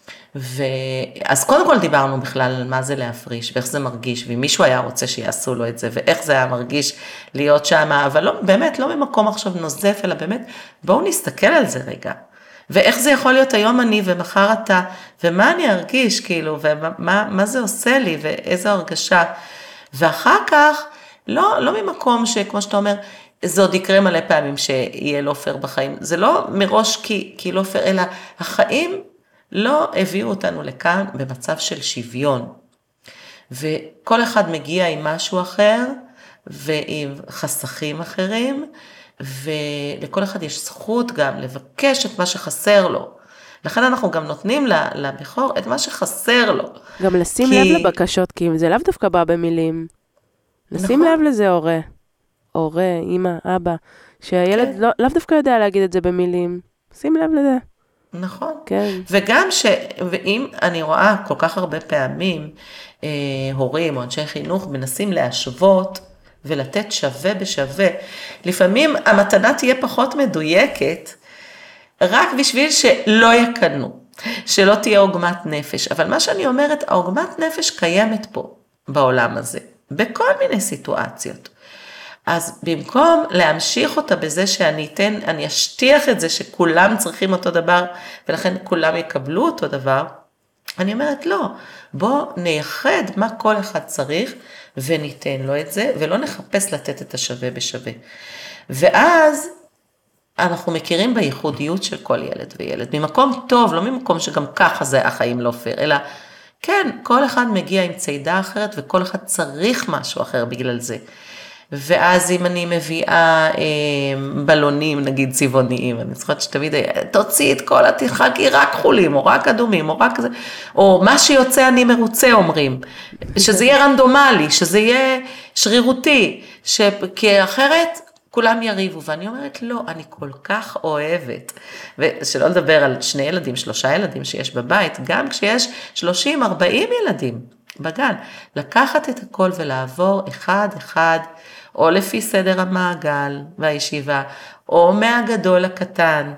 ואז קודם כל דיברנו בכלל על מה זה להפריש, ואיך זה מרגיש, ואם מישהו היה רוצה שיעשו לו את זה, ואיך זה היה מרגיש להיות שם, אבל לא, באמת לא ממקום עכשיו נוזף, אלא באמת, בואו נסתכל על זה רגע, ואיך זה יכול להיות היום אני ומחר אתה, ומה אני ארגיש כאילו, ומה מה זה עושה לי, ואיזו הרגשה, ואחר כך, לא, לא ממקום שכמו שאתה אומר, זה עוד יקרה מלא פעמים שיהיה לא פייר בחיים, זה לא מראש כי, כי לא פייר, אלא החיים, לא הביאו אותנו לכאן במצב של שוויון, וכל אחד מגיע עם משהו אחר, ועם חסכים אחרים, ולכל אחד יש זכות גם לבקש את מה שחסר לו, לכן אנחנו גם נותנים לבחור את מה שחסר לו. גם לשים כי... לב לבקשות, כי זה לאו דווקא בא במילים, לשים נכון. לב לזה הורה, הורה, אמא, אבא, שהילד כן. לא, לאו דווקא יודע להגיד את זה במילים, שים לב לזה. נכון. כן. וגם ש... ואם אני רואה כל כך הרבה פעמים, אה, הורים או אנשי חינוך מנסים להשוות ולתת שווה בשווה, לפעמים המתנה תהיה פחות מדויקת, רק בשביל שלא יקנו, שלא תהיה עוגמת נפש. אבל מה שאני אומרת, העוגמת נפש קיימת פה, בעולם הזה, בכל מיני סיטואציות. אז במקום להמשיך אותה בזה שאני אתן, אני אשטיח את זה שכולם צריכים אותו דבר, ולכן כולם יקבלו אותו דבר, אני אומרת לא, בוא נייחד מה כל אחד צריך, וניתן לו את זה, ולא נחפש לתת את השווה בשווה. ואז אנחנו מכירים בייחודיות של כל ילד וילד, ממקום טוב, לא ממקום שגם ככה זה החיים לא פייר, אלא כן, כל אחד מגיע עם צעידה אחרת, וכל אחד צריך משהו אחר בגלל זה. ואז אם אני מביאה אה, בלונים, נגיד צבעוניים, אני צריכה שתמיד, תוציא את כל התחלקי, רק חולים, או רק אדומים, או רק זה, או מה שיוצא אני מרוצה אומרים, שזה יהיה רנדומלי, שזה יהיה שרירותי, ש... כי אחרת כולם יריבו, ואני אומרת לא, אני כל כך אוהבת, ושלא לדבר על שני ילדים, שלושה ילדים שיש בבית, גם כשיש שלושים ארבעים ילדים בגן, לקחת את הכל ולעבור אחד אחד, או לפי סדר המעגל והישיבה, או מהגדול לקטן,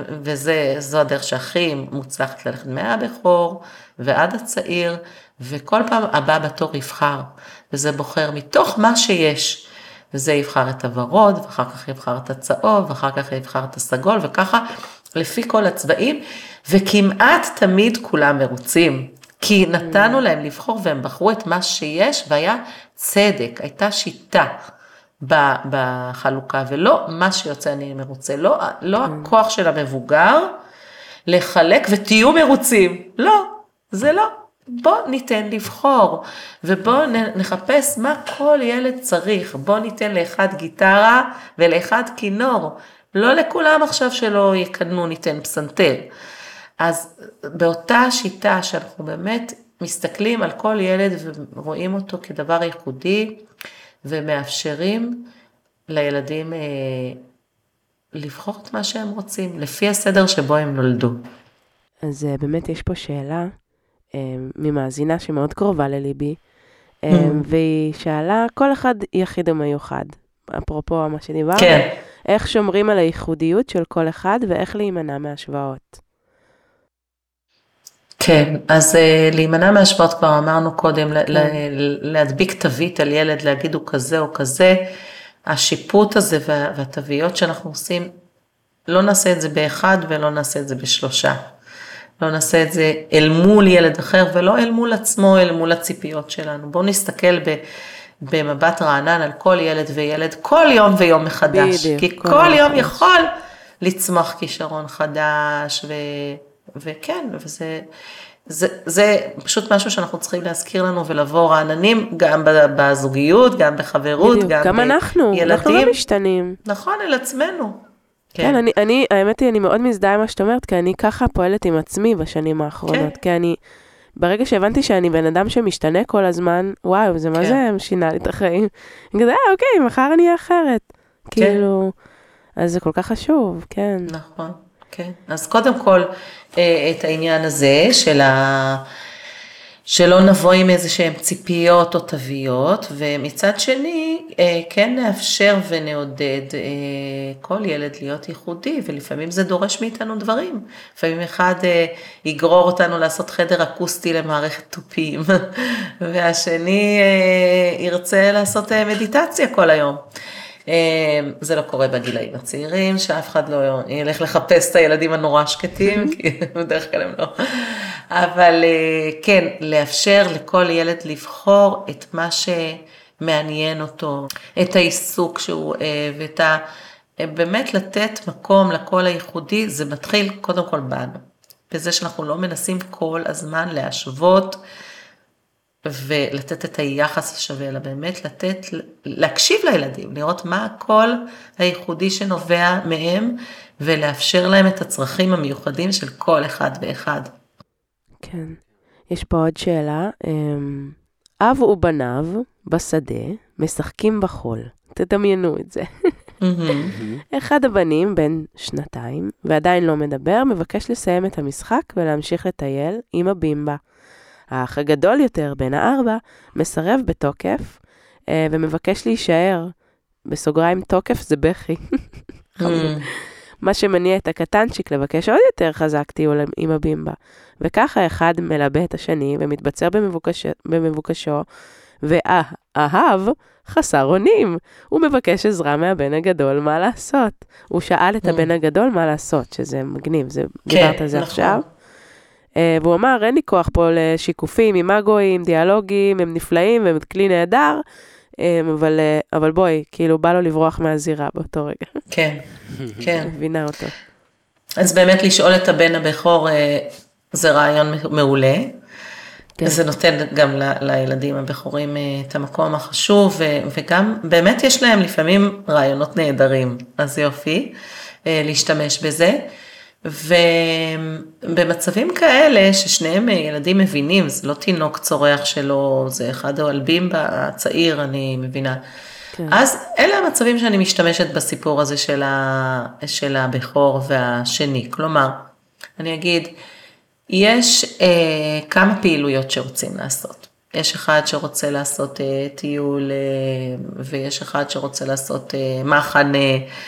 וזו הדרך שהכי מוצלחת ללכת מהבכור ועד הצעיר, וכל פעם הבא בתור יבחר, וזה בוחר מתוך מה שיש, וזה יבחר את הוורוד, ואחר כך יבחר את הצהוב, ואחר כך יבחר את הסגול, וככה לפי כל הצבעים, וכמעט תמיד כולם מרוצים, כי נתנו להם לבחור, והם בחרו את מה שיש, והיה צדק, הייתה שיטה בחלוקה, ולא מה שיוצא אני מרוצה, לא, לא הכוח של המבוגר לחלק ותהיו מרוצים, לא, זה לא. בוא ניתן לבחור, ובוא נחפש מה כל ילד צריך, בוא ניתן לאחד גיטרה ולאחד כינור, לא לכולם עכשיו שלא יקנו ניתן פסנתר. אז באותה שיטה שאנחנו באמת מסתכלים על כל ילד ורואים אותו כדבר ייחודי, ומאפשרים לילדים לבחור את מה שהם רוצים, לפי הסדר שבו הם נולדו. אז uh, באמת יש פה שאלה um, ממאזינה שמאוד קרובה לליבי, um, mm. והיא שאלה, כל אחד יחיד ומיוחד, אפרופו מה שדיברנו, כן. איך שומרים על הייחודיות של כל אחד ואיך להימנע מהשוואות. כן, אז uh, להימנע מהשוואות כבר אמרנו קודם, כן. להדביק תווית על ילד, להגיד הוא כזה או כזה, השיפוט הזה וה, והתוויות שאנחנו עושים, לא נעשה את זה באחד ולא נעשה את זה בשלושה. לא נעשה את זה אל מול ילד אחר ולא אל מול עצמו, אל מול הציפיות שלנו. בואו נסתכל ב, במבט רענן על כל ילד וילד, כל יום ויום מחדש. בדיוק, כי כל, כל יום מחדש. יכול לצמוח כישרון חדש, ו, וכן, וזה זה, זה פשוט משהו שאנחנו צריכים להזכיר לנו ולבוא רעננים, גם בזוגיות, גם בחברות, בדיוק, גם, גם אנחנו, ילדים. אנחנו לא משתנים. נכון, אל עצמנו. כן, כן אני, אני, האמת היא, אני מאוד מזדהה מה שאת אומרת, כי אני ככה פועלת עם עצמי בשנים האחרונות, כן. כי אני, ברגע שהבנתי שאני בן אדם שמשתנה כל הזמן, וואו, זה כן. מה זה שינה לי את החיים. אני כזה, אה, אוקיי, מחר אני אהיה אחרת. כן. כאילו, אז זה כל כך חשוב, כן. נכון, כן. אז קודם כל, את העניין הזה של ה... שלא נבוא עם איזה שהן ציפיות או תוויות, ומצד שני, כן נאפשר ונעודד כל ילד להיות ייחודי, ולפעמים זה דורש מאיתנו דברים. לפעמים אחד יגרור אותנו לעשות חדר אקוסטי למערכת תופים, והשני ירצה לעשות מדיטציה כל היום. זה לא קורה בגילאים הצעירים, שאף אחד לא ילך לחפש את הילדים הנורא שקטים, כי בדרך כלל הם לא. אבל כן, לאפשר לכל ילד לבחור את מה שמעניין אותו, את העיסוק שהוא אוהב, את ה... באמת לתת מקום לקול הייחודי, זה מתחיל קודם כל בנו. בזה שאנחנו לא מנסים כל הזמן להשוות, ולתת את היחס השווה, אלא באמת לתת, להקשיב לילדים, לראות מה הקול הייחודי שנובע מהם, ולאפשר להם את הצרכים המיוחדים של כל אחד ואחד. כן. יש פה עוד שאלה. אב ובניו בשדה משחקים בחול. תדמיינו את זה. אחד הבנים, בן שנתיים, ועדיין לא מדבר, מבקש לסיים את המשחק ולהמשיך לטייל עם הבימבה. האח הגדול יותר, בן הארבע, מסרב בתוקף, ומבקש להישאר. בסוגריים תוקף זה בכי. מה שמניע את הקטנצ'יק לבקש עוד יותר חזק טיול עם הבימבה. וככה אחד מלבה את השני ומתבצר במבוקש... במבוקשו, ואהב חסר אונים. הוא מבקש עזרה מהבן הגדול מה לעשות. הוא שאל את הבן הגדול מה לעשות, שזה מגניב, זה... דיברת על זה עכשיו. והוא אמר, אין לי כוח פה לשיקופים, אימגואים, דיאלוגים, הם נפלאים, והם כלי נהדר, אבל, אבל בואי, כאילו בא לו לברוח מהזירה באותו רגע. כן, כן. מבינה אותו. אז באמת לשאול את הבן הבכור, זה רעיון מעולה. כן. זה נותן גם ל, לילדים הבכורים את המקום החשוב, וגם באמת יש להם לפעמים רעיונות נהדרים, אז יופי, להשתמש בזה. ובמצבים כאלה ששניהם ילדים מבינים, זה לא תינוק צורח שלו, זה אחד האלבים הצעיר, אני מבינה. כן. אז אלה המצבים שאני משתמשת בסיפור הזה של, ה... של הבכור והשני. כלומר, אני אגיד, יש אה, כמה פעילויות שרוצים לעשות. יש אחד שרוצה לעשות אה, טיול, אה, ויש אחד שרוצה לעשות אה, מחנה,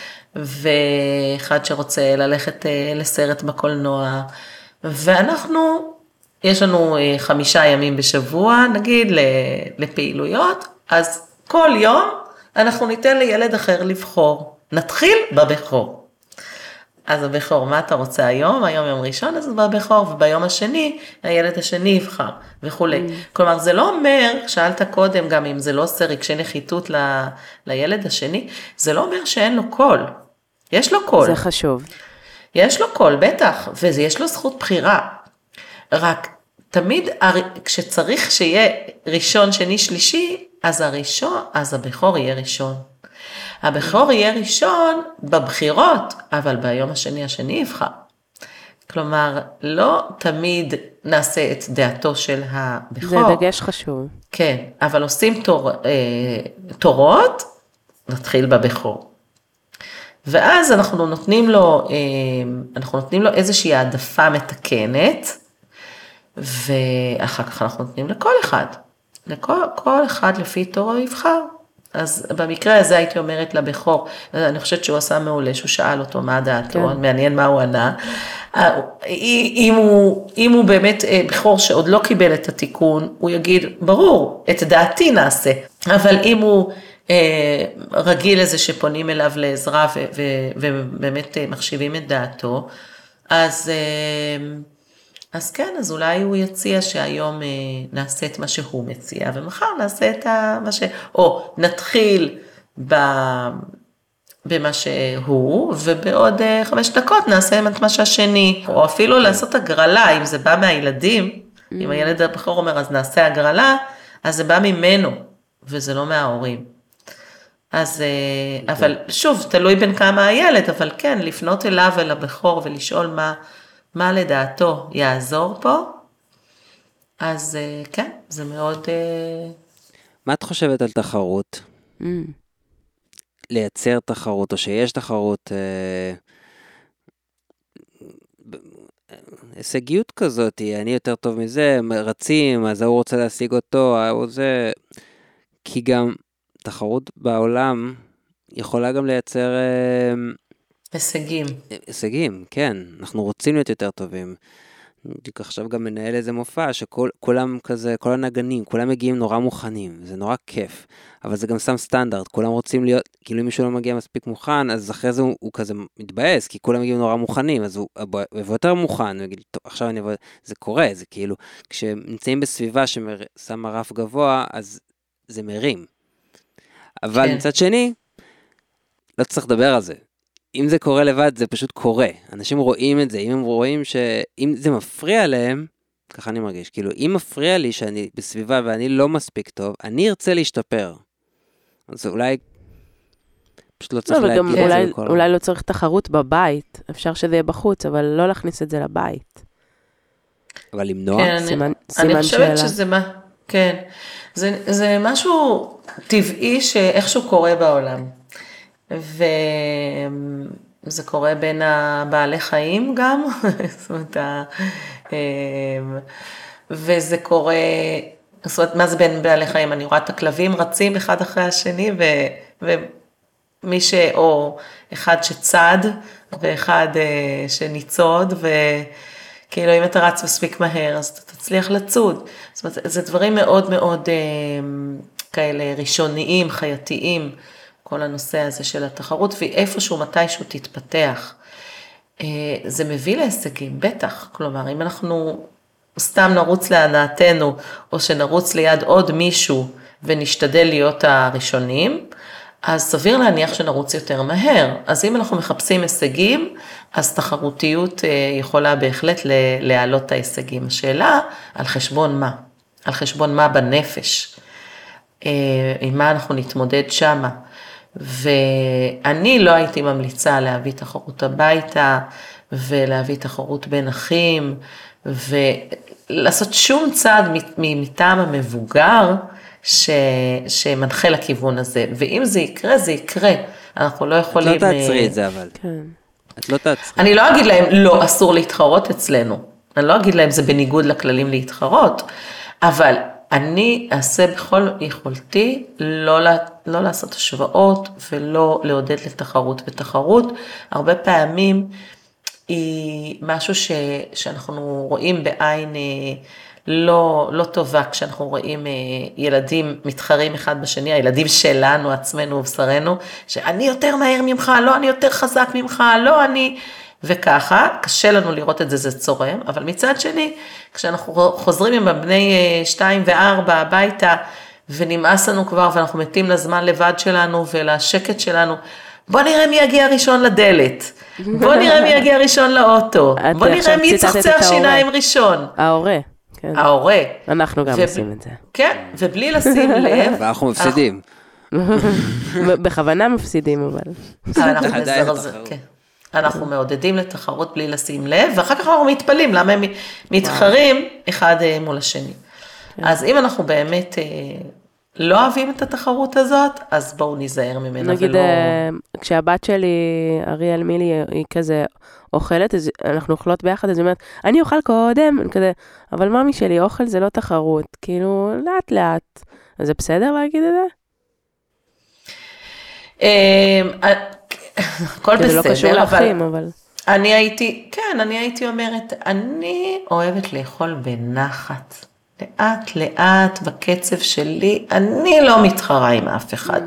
ואחד שרוצה ללכת לסרט בקולנוע, ואנחנו, יש לנו חמישה ימים בשבוע, נגיד, לפעילויות, אז כל יום אנחנו ניתן לילד אחר לבחור. נתחיל בבכור. אז הבכור, מה אתה רוצה היום? היום יום ראשון, אז בבכור, וביום השני, הילד השני יבחר, וכו'. Mm. כלומר, זה לא אומר, שאלת קודם, גם אם זה לא עושה רגשי נחיתות ל, לילד השני, זה לא אומר שאין לו קול. יש לו קול. זה חשוב. יש לו קול, בטח, ויש לו זכות בחירה. רק תמיד, כשצריך שיהיה ראשון, שני, שלישי, אז הראשון, אז הבכור יהיה ראשון. הבכור יהיה ראשון בבחירות, אבל ביום השני השני יבחר. כלומר, לא תמיד נעשה את דעתו של הבכור. זה דגש חשוב. כן, אבל עושים תור, אה, תורות, נתחיל בבכור. ואז אנחנו נותנים לו, אנחנו נותנים לו איזושהי העדפה מתקנת, ואחר כך אנחנו נותנים לכל אחד, לכל כל אחד לפי תורו יבחר. אז במקרה הזה הייתי אומרת לבכור, אני חושבת שהוא עשה מעולה, שהוא שאל אותו מה דעתו, כן. מעניין מה הוא ענה. אם הוא, אם הוא באמת בכור שעוד לא קיבל את התיקון, הוא יגיד, ברור, את דעתי נעשה. אבל אם הוא רגיל לזה שפונים אליו לעזרה ו- ו- ובאמת מחשיבים את דעתו, אז, אז כן, אז אולי הוא יציע שהיום נעשה את מה שהוא מציע, ומחר נעשה את מה ש... או נתחיל ב... במה שהוא, ובעוד חמש דקות נעשה את מה שהשני, או אפילו לעשות הגרלה, אם זה בא מהילדים, אם הילד הבכור אומר, אז נעשה הגרלה, אז זה בא ממנו, וזה לא מההורים. אז, אבל שוב, תלוי בין כמה הילד, אבל כן, לפנות אליו אל הבכור ולשאול מה, מה לדעתו יעזור פה, אז כן, זה מאוד... מה את חושבת על תחרות? Mm. לייצר תחרות, או שיש תחרות, אה, הישגיות כזאת, אני יותר טוב מזה, רצים, אז הוא רוצה להשיג אותו, הוא זה, כי גם תחרות בעולם יכולה גם לייצר... אה, הישגים. הישגים, כן, אנחנו רוצים להיות יותר טובים. עכשיו גם מנהל איזה מופע, שכולם כזה, כל הנגנים, כולם מגיעים נורא מוכנים, זה נורא כיף, אבל זה גם שם סטנדרט, כולם רוצים להיות, כאילו אם מישהו לא מגיע מספיק מוכן, אז אחרי זה הוא, הוא כזה מתבאס, כי כולם מגיעים נורא מוכנים, אז הוא יבוא יותר מוכן, הוא יגיד, טוב, עכשיו אני אבוא, זה קורה, זה כאילו, כשנמצאים בסביבה ששמה רף גבוה, אז זה מרים. אבל כן. מצד שני, לא צריך לדבר על זה. אם זה קורה לבד, זה פשוט קורה. אנשים רואים את זה, אם הם רואים שאם זה מפריע להם, ככה אני מרגיש, כאילו, אם מפריע לי שאני בסביבה ואני לא מספיק טוב, אני ארצה להשתפר. אז אולי, פשוט לא צריך להגיד את זה בכל... אולי לא צריך תחרות בבית, אפשר שזה יהיה בחוץ, אבל לא להכניס את זה לבית. אבל למנוע? כן, סימן, אני, אני חושבת שאלה. שזה מה, כן. זה, זה משהו טבעי שאיכשהו קורה בעולם. וזה קורה בין הבעלי חיים גם, זאת אומרת, וזה קורה, זאת אומרת, מה זה בין בעלי חיים? אני רואה את הכלבים רצים אחד אחרי השני, ומי ש... או אחד שצד, ואחד שניצוד, וכאילו אם אתה רץ מספיק מהר, אז אתה תצליח לצוד. זאת אומרת, זה דברים מאוד מאוד כאלה ראשוניים, חייתיים, כל הנושא הזה של התחרות, ואיפשהו מתישהו תתפתח. זה מביא להישגים, בטח. כלומר, אם אנחנו סתם נרוץ להנאתנו, או שנרוץ ליד עוד מישהו, ונשתדל להיות הראשונים, אז סביר להניח שנרוץ יותר מהר. אז אם אנחנו מחפשים הישגים, אז תחרותיות יכולה בהחלט להעלות את ההישגים. השאלה, על חשבון מה? על חשבון מה בנפש? עם מה אנחנו נתמודד שמה? ואני לא הייתי ממליצה להביא תחרות הביתה, ולהביא תחרות בין אחים, ולעשות שום צעד מטעם המבוגר, ש... שמנחה לכיוון הזה. ואם זה יקרה, זה יקרה. אנחנו לא יכולים... את לא תעצרי את זה אבל. כן. את לא תעצרי. אני לא אגיד להם, לא, אסור להתחרות אצלנו. אני לא אגיד להם, זה בניגוד לכללים להתחרות, אבל... אני אעשה בכל יכולתי לא, לא לעשות השוואות ולא לעודד לתחרות. ותחרות הרבה פעמים היא משהו ש, שאנחנו רואים בעין לא, לא טובה, כשאנחנו רואים ילדים מתחרים אחד בשני, הילדים שלנו, עצמנו ובשרנו, שאני יותר מהר ממך, לא אני יותר חזק ממך, לא אני... וככה, קשה לנו לראות את זה, זה צורם, אבל מצד שני, כשאנחנו חוזרים עם הבני שתיים וארבע הביתה, ונמאס לנו כבר, ואנחנו מתים לזמן לבד שלנו, ולשקט שלנו, בוא נראה מי יגיע ראשון לדלת, בוא נראה מי יגיע ראשון לאוטו, בוא נראה מי צחצח שיניים ראשון. ההורה. ההורה. אנחנו גם עושים את זה. כן, ובלי לשים לב. ואנחנו מפסידים. בכוונה מפסידים, אבל. אנחנו מזרזים, כן. אנחנו מעודדים לתחרות בלי לשים לב, ואחר כך אנחנו מתפלים, למה הם מתחרים אחד מול השני. אז אם אנחנו באמת לא אוהבים את התחרות הזאת, אז בואו ניזהר ממנה. נגיד, ולא... כשהבת שלי, אריאל מילי, היא כזה אוכלת, אז אנחנו אוכלות ביחד, אז היא אומרת, אני אוכל קודם, כזה, אבל ממי שלי, אוכל זה לא תחרות, כאילו, לאט לאט. אז זה בסדר להגיד את זה? הכל בסדר, זה לא קשור לאחים, אבל... אני הייתי, כן, אני הייתי אומרת, אני אוהבת לאכול בנחת. לאט לאט בקצב שלי, אני לא מתחרה עם אף אחד.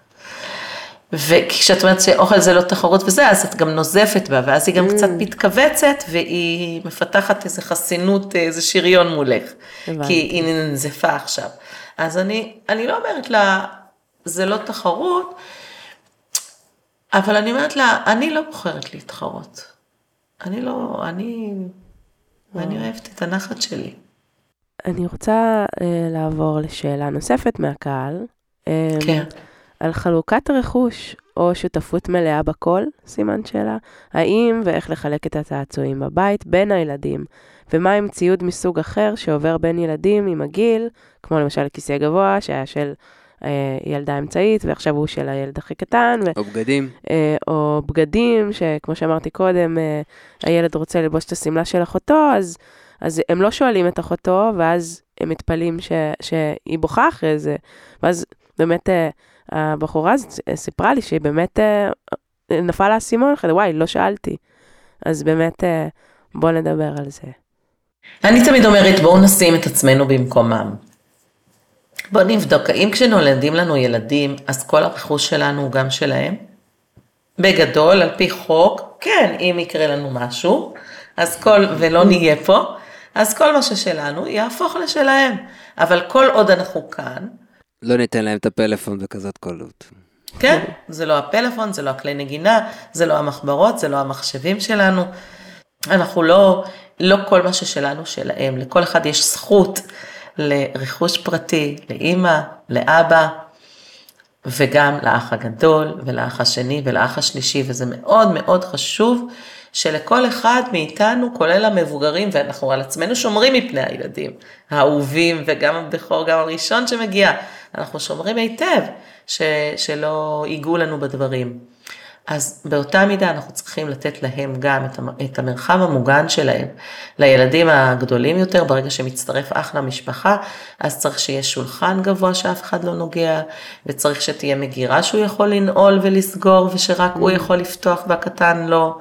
וכשאת אומרת שאוכל זה לא תחרות וזה, אז את גם נוזפת בה, ואז היא גם קצת מתכווצת, והיא מפתחת איזו חסינות, איזה שריון מולך, כי היא ננזפה עכשיו. אז אני, אני לא אומרת לה, זה לא תחרות, אבל אני אומרת לה, אני לא בוחרת להתחרות. אני לא, אני, ואני אוהבת את הנחת שלי. אני רוצה uh, לעבור לשאלה נוספת מהקהל. Um, כן. על חלוקת רכוש או שותפות מלאה בכל, סימן שאלה. האם ואיך לחלק את הצעצועים בבית בין הילדים, ומה עם ציוד מסוג אחר שעובר בין ילדים עם הגיל, כמו למשל כיסא גבוה שהיה של uh, ילדה אמצעית, ועכשיו הוא של הילד הכי קטן. ו- או בגדים. Uh, או בגדים, שכמו שאמרתי קודם, uh, הילד רוצה ללבוש את הסמלה של אחותו, אז... אז הם לא שואלים את אחותו, ואז הם מתפלים ש, שהיא בוכה אחרי זה. ואז באמת הבחורה סיפרה לי שהיא באמת נפלה לה סימון, וואי, לא שאלתי. אז באמת בוא נדבר על זה. אני תמיד אומרת, בואו נשים את עצמנו במקומם. בואו נבדוק, האם כשנולדים לנו ילדים, אז כל הרכוש שלנו הוא גם שלהם? בגדול, על פי חוק, כן, אם יקרה לנו משהו, אז כל, ולא נהיה פה, אז כל מה ששלנו יהפוך לשלהם. אבל כל עוד אנחנו כאן... לא ניתן להם את הפלאפון בכזאת קולות. כן, זה לא הפלאפון, זה לא הכלי נגינה, זה לא המחברות, זה לא המחשבים שלנו. אנחנו לא, לא כל מה ששלנו שלהם. לכל אחד יש זכות לרכוש פרטי, לאמא, לאבא, וגם לאח הגדול, ולאח השני, ולאח השלישי, וזה מאוד מאוד חשוב, שלכל אחד מאיתנו, כולל המבוגרים, ואנחנו על עצמנו שומרים מפני הילדים, האהובים, וגם הבכור, גם הראשון שמגיע, אנחנו שומרים היטב, ש, שלא ייגעו לנו בדברים. אז באותה מידה אנחנו צריכים לתת להם גם את המרחב המוגן שלהם, לילדים הגדולים יותר, ברגע שמצטרף אח למשפחה, אז צריך שיהיה שולחן גבוה שאף אחד לא נוגע, וצריך שתהיה מגירה שהוא יכול לנעול ולסגור, ושרק הוא יכול לפתוח והקטן לא,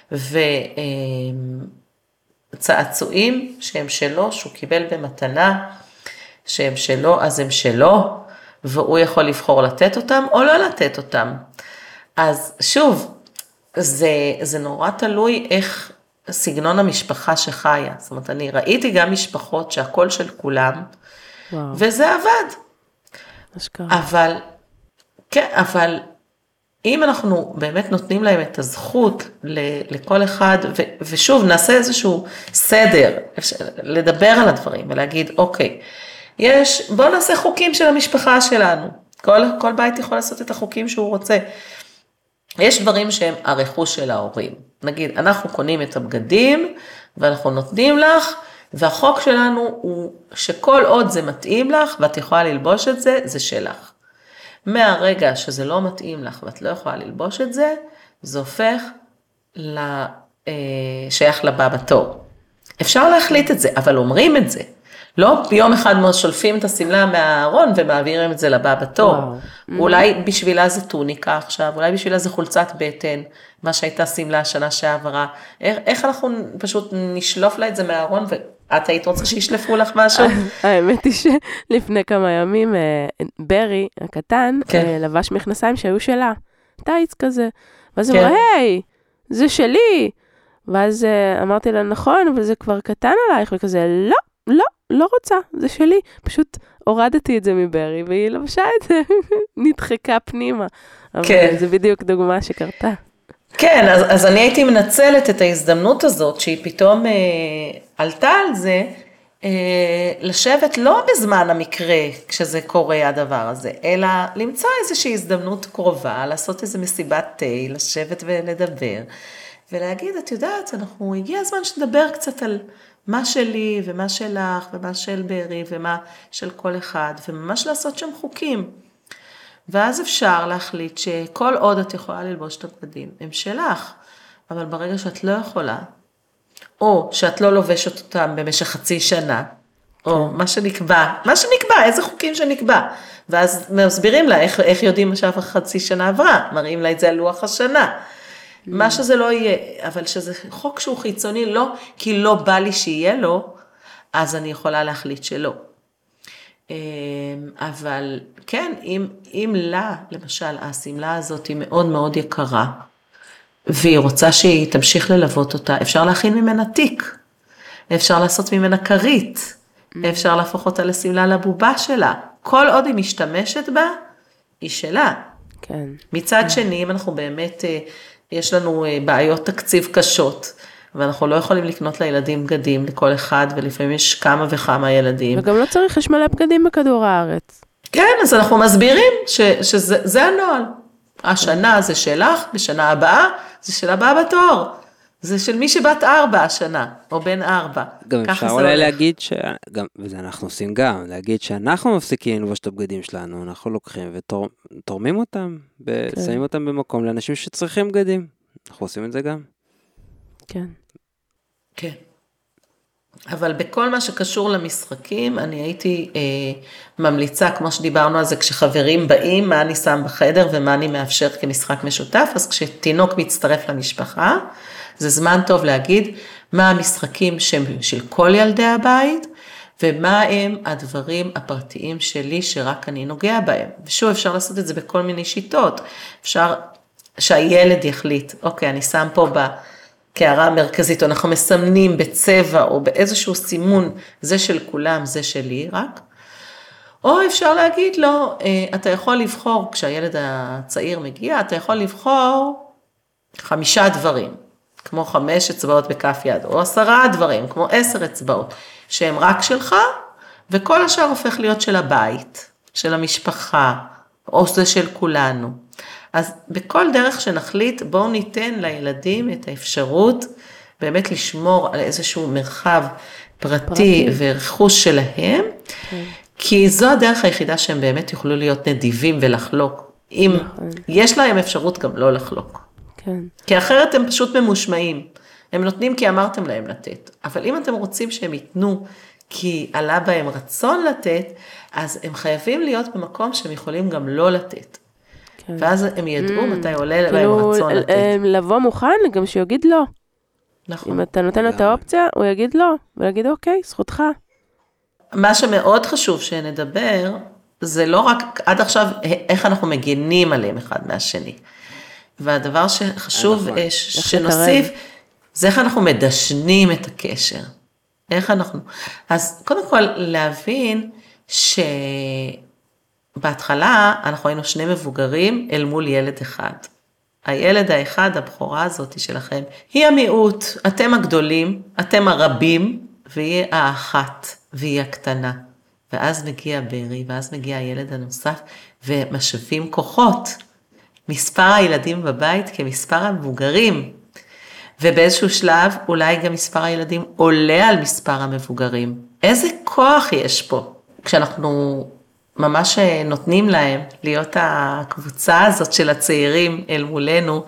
וצעצועים שהם שלו, שהוא קיבל במתנה, שהם שלו, אז הם שלו, והוא יכול לבחור לתת אותם או לא לתת אותם. אז שוב, זה, זה נורא תלוי איך סגנון המשפחה שחיה. זאת אומרת, אני ראיתי גם משפחות שהכל של כולם, וואו. וזה עבד. אשכרה. אבל, כן, אבל אם אנחנו באמת נותנים להם את הזכות לכל אחד, ו, ושוב, נעשה איזשהו סדר, לדבר על הדברים ולהגיד, אוקיי, יש, בואו נעשה חוקים של המשפחה שלנו. כל, כל בית יכול לעשות את החוקים שהוא רוצה. יש דברים שהם הרכוש של ההורים. נגיד, אנחנו קונים את הבגדים, ואנחנו נותנים לך, והחוק שלנו הוא שכל עוד זה מתאים לך, ואת יכולה ללבוש את זה, זה שלך. מהרגע שזה לא מתאים לך, ואת לא יכולה ללבוש את זה, זה הופך לשייך לבא בתור. אפשר להחליט את זה, אבל אומרים את זה. לא ביום אחד שולפים את הסמלה מהארון ומעבירים את זה לבא בתור. וואו. אולי בשבילה זה טוניקה עכשיו, אולי בשבילה זה חולצת בטן, מה שהייתה סמלה השנה שעברה. איך, איך אנחנו פשוט נשלוף לה את זה מהארון, ואת היית רוצה שישלפו לך משהו? האמת היא שלפני כמה ימים, ברי הקטן, כן. לבש מכנסיים שהיו שלה, טייץ כזה. ואז הוא אמר, היי, זה שלי. ואז אמרתי לה, נכון, אבל זה כבר קטן עלייך, וכזה, לא. לא, לא רוצה, זה שלי. פשוט הורדתי את זה מברי, והיא לבשה את זה, נדחקה פנימה. כן. אבל זה בדיוק דוגמה שקרתה. כן, אז, אז אני הייתי מנצלת את ההזדמנות הזאת, שהיא פתאום אה, עלתה על זה, אה, לשבת לא בזמן המקרה, כשזה קורה הדבר הזה, אלא למצוא איזושהי הזדמנות קרובה, לעשות איזו מסיבת תה, לשבת ולדבר, ולהגיד, את יודעת, אנחנו, הגיע הזמן שנדבר קצת על מה שלי ומה שלך ומה של בארי ומה של כל אחד, וממש לעשות שם חוקים. ואז אפשר להחליט שכל עוד את יכולה ללבוש את הבגדים, הם שלך, אבל ברגע שאת לא יכולה, או שאת לא לובשת אותם במשך חצי שנה, או מה שנקבע, מה שנקבע, איזה חוקים שנקבע, ואז מסבירים לה איך, איך יודעים שעבר חצי שנה עברה, מראים לה את זה על לוח השנה, מה שזה לא יהיה, אבל שזה חוק שהוא חיצוני, לא, כי לא בא לי שיהיה לו, אז אני יכולה להחליט שלא. אבל כן, אם, אם לה, למשל, הסמלה הזאת היא מאוד מאוד יקרה, והיא רוצה שהיא תמשיך ללוות אותה, אפשר להכין ממנה תיק, אפשר לעשות ממנה כרית, אפשר להפוך אותה לסמלה לבובה שלה, כל עוד היא משתמשת בה, היא שלה. כן. מצד שני, אם אנחנו באמת, יש לנו בעיות תקציב קשות, ואנחנו לא יכולים לקנות לילדים בגדים לכל אחד, ולפעמים יש כמה וכמה ילדים. וגם לא צריך יש מלא בגדים בכדור הארץ. כן, אז אנחנו מסבירים ש, שזה זה הנוהל. השנה זה שלך, בשנה הבאה זה של הבאה בתואר. זה של מי שבת ארבע השנה, או בן ארבע. גם אפשר אולי להגיד, ש... גם, וזה אנחנו עושים גם, להגיד שאנחנו מפסיקים לבוש את הבגדים שלנו, אנחנו לוקחים ותורמים אותם, ושמים אותם במקום לאנשים שצריכים בגדים. אנחנו עושים את זה גם. כן. כן. אבל בכל מה שקשור למשחקים, אני הייתי אה, ממליצה, כמו שדיברנו על זה, כשחברים באים, מה אני שם בחדר ומה אני מאפשר כמשחק משותף, אז כשתינוק מצטרף למשפחה, זה זמן טוב להגיד מה המשחקים שהם של כל ילדי הבית, ומה הם הדברים הפרטיים שלי שרק אני נוגע בהם. ושוב, אפשר לעשות את זה בכל מיני שיטות. אפשר שהילד יחליט, אוקיי, אני שם פה ב... כהערה המרכזית, או אנחנו מסמנים בצבע, או באיזשהו סימון, זה של כולם, זה שלי רק. או אפשר להגיד לו, אתה יכול לבחור, כשהילד הצעיר מגיע, אתה יכול לבחור חמישה דברים, כמו חמש אצבעות בכף יד, או עשרה דברים, כמו עשר אצבעות, שהם רק שלך, וכל השאר הופך להיות של הבית, של המשפחה, או זה של כולנו. אז בכל דרך שנחליט, בואו ניתן לילדים את האפשרות באמת לשמור על איזשהו מרחב פרטי, פרטי. ורכוש שלהם, כן. כי זו הדרך היחידה שהם באמת יוכלו להיות נדיבים ולחלוק. אם נכון. יש להם אפשרות גם לא לחלוק. כן. כי אחרת הם פשוט ממושמעים. הם נותנים כי אמרתם להם לתת. אבל אם אתם רוצים שהם ייתנו כי עלה בהם רצון לתת, אז הם חייבים להיות במקום שהם יכולים גם לא לתת. ואז הם ידעו מתי עולה להם רצון לתת. לבוא מוכן, גם שיגיד לא. נכון. אם אתה נותן לו את האופציה, הוא יגיד לא, ויגיד אוקיי, זכותך. מה שמאוד חשוב שנדבר, זה לא רק עד עכשיו איך אנחנו מגינים עליהם אחד מהשני. והדבר שחשוב שנוסיף, זה איך אנחנו מדשנים את הקשר. איך אנחנו... אז קודם כל להבין ש... בהתחלה אנחנו היינו שני מבוגרים אל מול ילד אחד. הילד האחד, הבחורה הזאת שלכם, היא המיעוט, אתם הגדולים, אתם הרבים, והיא האחת, והיא הקטנה. ואז מגיע בארי, ואז מגיע הילד הנוסף, ומשווים כוחות. מספר הילדים בבית כמספר המבוגרים. ובאיזשהו שלב, אולי גם מספר הילדים עולה על מספר המבוגרים. איזה כוח יש פה? כשאנחנו... ממש נותנים להם להיות הקבוצה הזאת של הצעירים אל מולנו,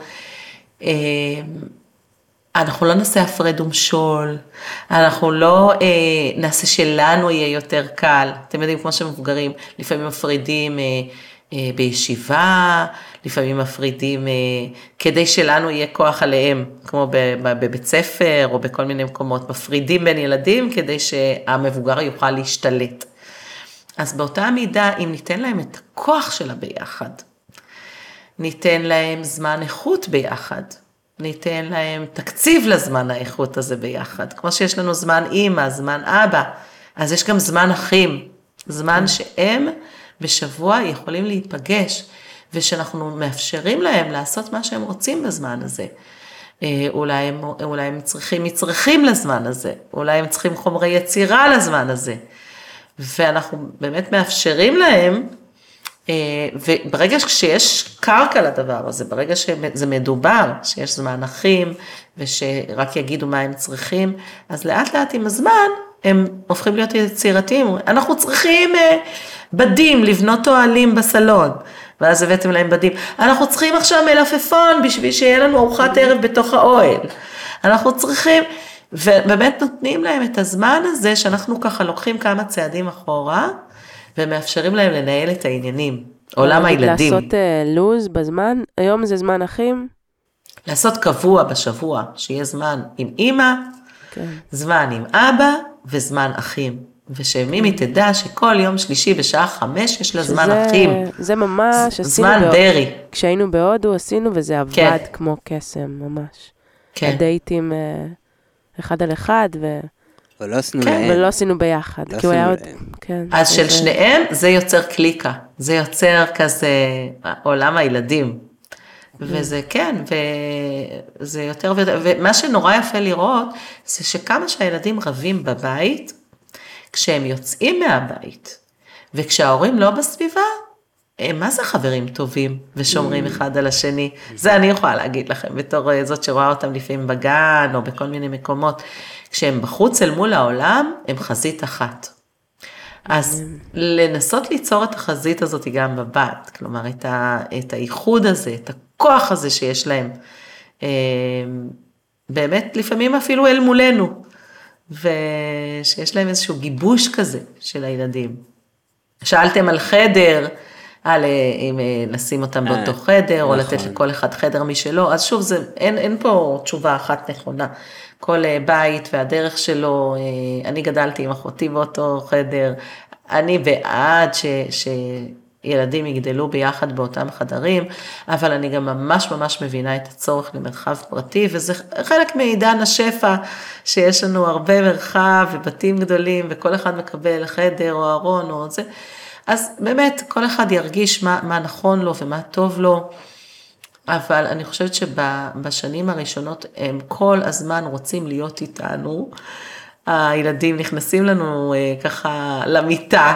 אנחנו לא נעשה הפרד ומשול, אנחנו לא נעשה שלנו יהיה יותר קל, אתם יודעים כמו שמבוגרים, לפעמים מפרידים בישיבה, לפעמים מפרידים כדי שלנו יהיה כוח עליהם, כמו בבית ספר או בכל מיני מקומות, מפרידים בין ילדים כדי שהמבוגר יוכל להשתלט. אז באותה מידה, אם ניתן להם את הכוח שלה ביחד, ניתן להם זמן איכות ביחד, ניתן להם תקציב לזמן האיכות הזה ביחד, כמו שיש לנו זמן אמא, זמן אבא, אז יש גם זמן אחים, זמן שהם בשבוע יכולים להיפגש, ושאנחנו מאפשרים להם לעשות מה שהם רוצים בזמן הזה. אולי הם, אולי הם צריכים מצרכים לזמן הזה, אולי הם צריכים חומרי יצירה לזמן הזה, ואנחנו באמת מאפשרים להם וברגע שיש קרקע לדבר הזה, ברגע שזה מדובר, שיש זמן אחים, ושרק יגידו מה הם צריכים, אז לאט לאט עם הזמן, הם הופכים להיות יצירתיים. אנחנו צריכים בדים, לבנות אוהלים בסלון, ואז הבאתם להם בדים. אנחנו צריכים עכשיו מלפפון, בשביל שיהיה לנו ארוחת ערב בתוך האוהל. אנחנו צריכים, ובאמת נותנים להם את הזמן הזה, שאנחנו ככה לוקחים כמה צעדים אחורה, ומאפשרים להם לנהל את העניינים, עולם הילדים. לעשות לוז בזמן, היום זה זמן אחים? לעשות קבוע בשבוע, שיהיה זמן עם אמא, כן. זמן עם אבא, וזמן אחים. ושמימי תדע שכל יום שלישי בשעה חמש יש לה זמן אחים. זה ממש, זמן ברי. כשהיינו בהודו עשינו, וזה עבד כן. כמו קסם, ממש. כן. הדייטים אחד על אחד, ו... ולא עשינו כן. להם. ולא עשינו ביחד. לא כי הוא היה עוד... עשינו כן. אז של זה... שניהם זה יוצר קליקה, זה יוצר כזה עולם הילדים. וזה כן, וזה יותר ויותר, ומה שנורא יפה לראות, זה שכמה שהילדים רבים בבית, כשהם יוצאים מהבית, וכשההורים לא בסביבה, הם מה זה חברים טובים, ושומרים אחד על השני. זה אני יכולה להגיד לכם, בתור זאת שרואה אותם לפעמים בגן, או בכל מיני מקומות, כשהם בחוץ אל מול העולם, הם חזית אחת. אז לנסות ליצור את החזית הזאת גם בבית, כלומר את, ה, את הייחוד הזה, את הכוח הזה שיש להם, באמת לפעמים אפילו אל מולנו, ושיש להם איזשהו גיבוש כזה של הילדים. שאלתם על חדר, על אם לשים אותם באותו חדר, או לתת לכל אחד חדר משלו, אז שוב, זה, אין, אין פה תשובה אחת נכונה. כל בית והדרך שלו, אני גדלתי עם אחותי באותו חדר, אני בעד ש, שילדים יגדלו ביחד באותם חדרים, אבל אני גם ממש ממש מבינה את הצורך למרחב פרטי, וזה חלק מעידן השפע, שיש לנו הרבה מרחב ובתים גדולים, וכל אחד מקבל חדר או ארון או זה, אז באמת כל אחד ירגיש מה, מה נכון לו ומה טוב לו, אבל אני חושבת שבשנים הראשונות הם כל הזמן רוצים להיות איתנו, הילדים נכנסים לנו ככה למיטה,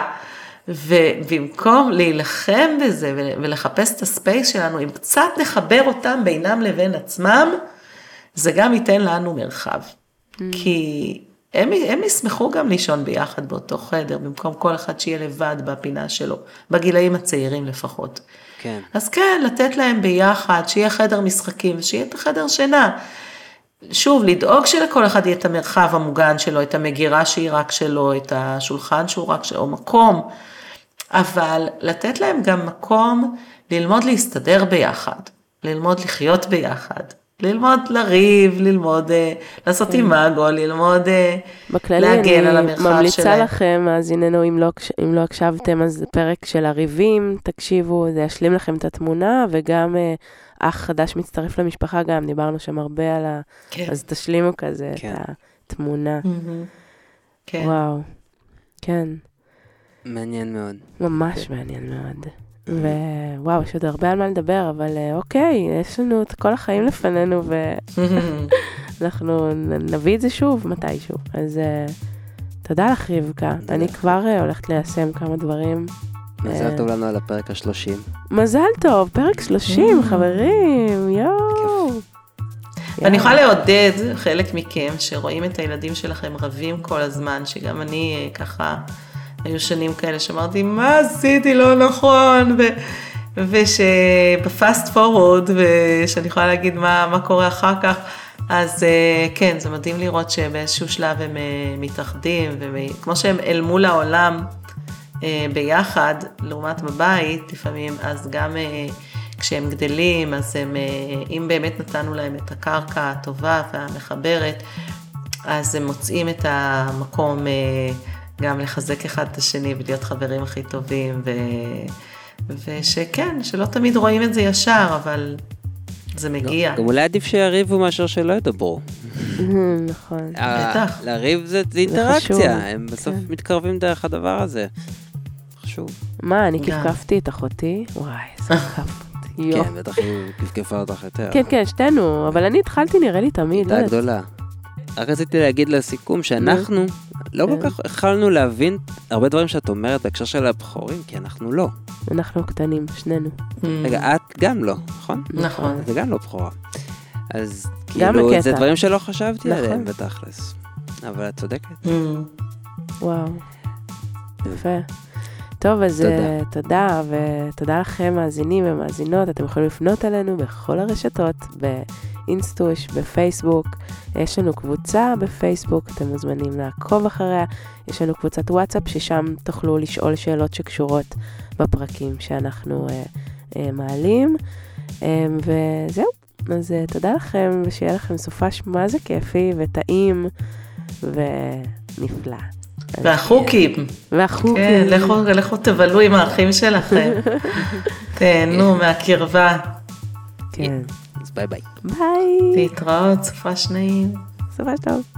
ובמקום להילחם בזה ולחפש את הספייס שלנו, אם קצת נחבר אותם בינם לבין עצמם, זה גם ייתן לנו מרחב. Mm. כי הם, הם ישמחו גם לישון ביחד באותו חדר, במקום כל אחד שיהיה לבד בפינה שלו, בגילאים הצעירים לפחות. כן. אז כן, לתת להם ביחד, שיהיה חדר משחקים, שיהיה את החדר שינה. שוב, לדאוג שלכל אחד יהיה את המרחב המוגן שלו, את המגירה שהיא רק שלו, את השולחן שהוא רק שלו, או מקום. אבל לתת להם גם מקום ללמוד להסתדר ביחד, ללמוד לחיות ביחד, ללמוד לריב, ללמוד לעשות אימאגו, ללמוד להגן על המרחב שלהם. בכללי, אני ממליצה לכם, אז הננו, אם לא, אם לא הקשבתם, אז זה פרק של הריבים, תקשיבו, זה ישלים לכם את התמונה, וגם אח חדש מצטרף למשפחה גם, דיברנו שם הרבה על ה... כן. אז תשלימו כזה כן. את התמונה. כן. וואו, כן. מעניין מאוד. ממש מעניין מאוד. ווואו, יש עוד הרבה על מה לדבר, אבל אוקיי, יש לנו את כל החיים לפנינו, ואנחנו נביא את זה שוב, מתישהו. אז תודה לך, רבקה. אני כבר הולכת ליישם כמה דברים. מזל טוב לנו על הפרק השלושים. מזל טוב, פרק שלושים, חברים, יואו. ואני יכולה לעודד חלק מכם, שרואים את הילדים שלכם רבים כל הזמן, שגם אני ככה... היו שנים כאלה שאמרתי, מה עשיתי לא נכון, ו- ושבפאסט פורוורד, ושאני יכולה להגיד מה, מה קורה אחר כך, אז כן, זה מדהים לראות שבאיזשהו שלב הם מתאחדים, וכמו שהם אל מול העולם ביחד, לעומת בבית, לפעמים, אז גם כשהם גדלים, אז הם, אם באמת נתנו להם את הקרקע הטובה והמחברת, אז הם מוצאים את המקום גם לחזק אחד את השני ולהיות חברים הכי טובים, ו... ושכן, שלא תמיד רואים את זה ישר, אבל זה מגיע. גם אולי עדיף שיריבו מאשר שלא ידברו. נכון. בטח. להריב זה אינטראקציה, הם בסוף מתקרבים דרך הדבר הזה. חשוב. מה, אני כפכפתי את אחותי? וואי, איזה כפכפתי. כן, בטח היא כפכפה אותך יותר. כן, כן, שתינו, אבל אני התחלתי נראה לי תמיד. תודה גדולה. רק רציתי להגיד לסיכום שאנחנו, לא כל כך יכולנו להבין הרבה דברים שאת אומרת בהקשר של הבחורים, כי אנחנו לא. אנחנו קטנים, שנינו. רגע, את גם לא, נכון? נכון. זה גם לא בחורה. אז כאילו, זה דברים שלא חשבתי עליהם בתכלס. אבל את צודקת. וואו. יפה. טוב, אז תודה, ותודה לכם מאזינים ומאזינות. אתם יכולים לפנות אלינו בכל הרשתות, באינסטוש, בפייסבוק. יש לנו קבוצה בפייסבוק, אתם מוזמנים לעקוב אחריה. יש לנו קבוצת וואטסאפ, ששם תוכלו לשאול שאלות שקשורות בפרקים שאנחנו אה, אה, מעלים. אה, וזהו, אז אה, תודה לכם, ושיהיה לכם סופש מה זה כיפי וטעים ונפלא. והחוקים. והחוקים. כן, לכו, לכו תבלו עם האחים שלכם. תהנו מהקרבה. כן. אז ביי ביי. ביי. להתראות, סופש נעים. סופש טוב.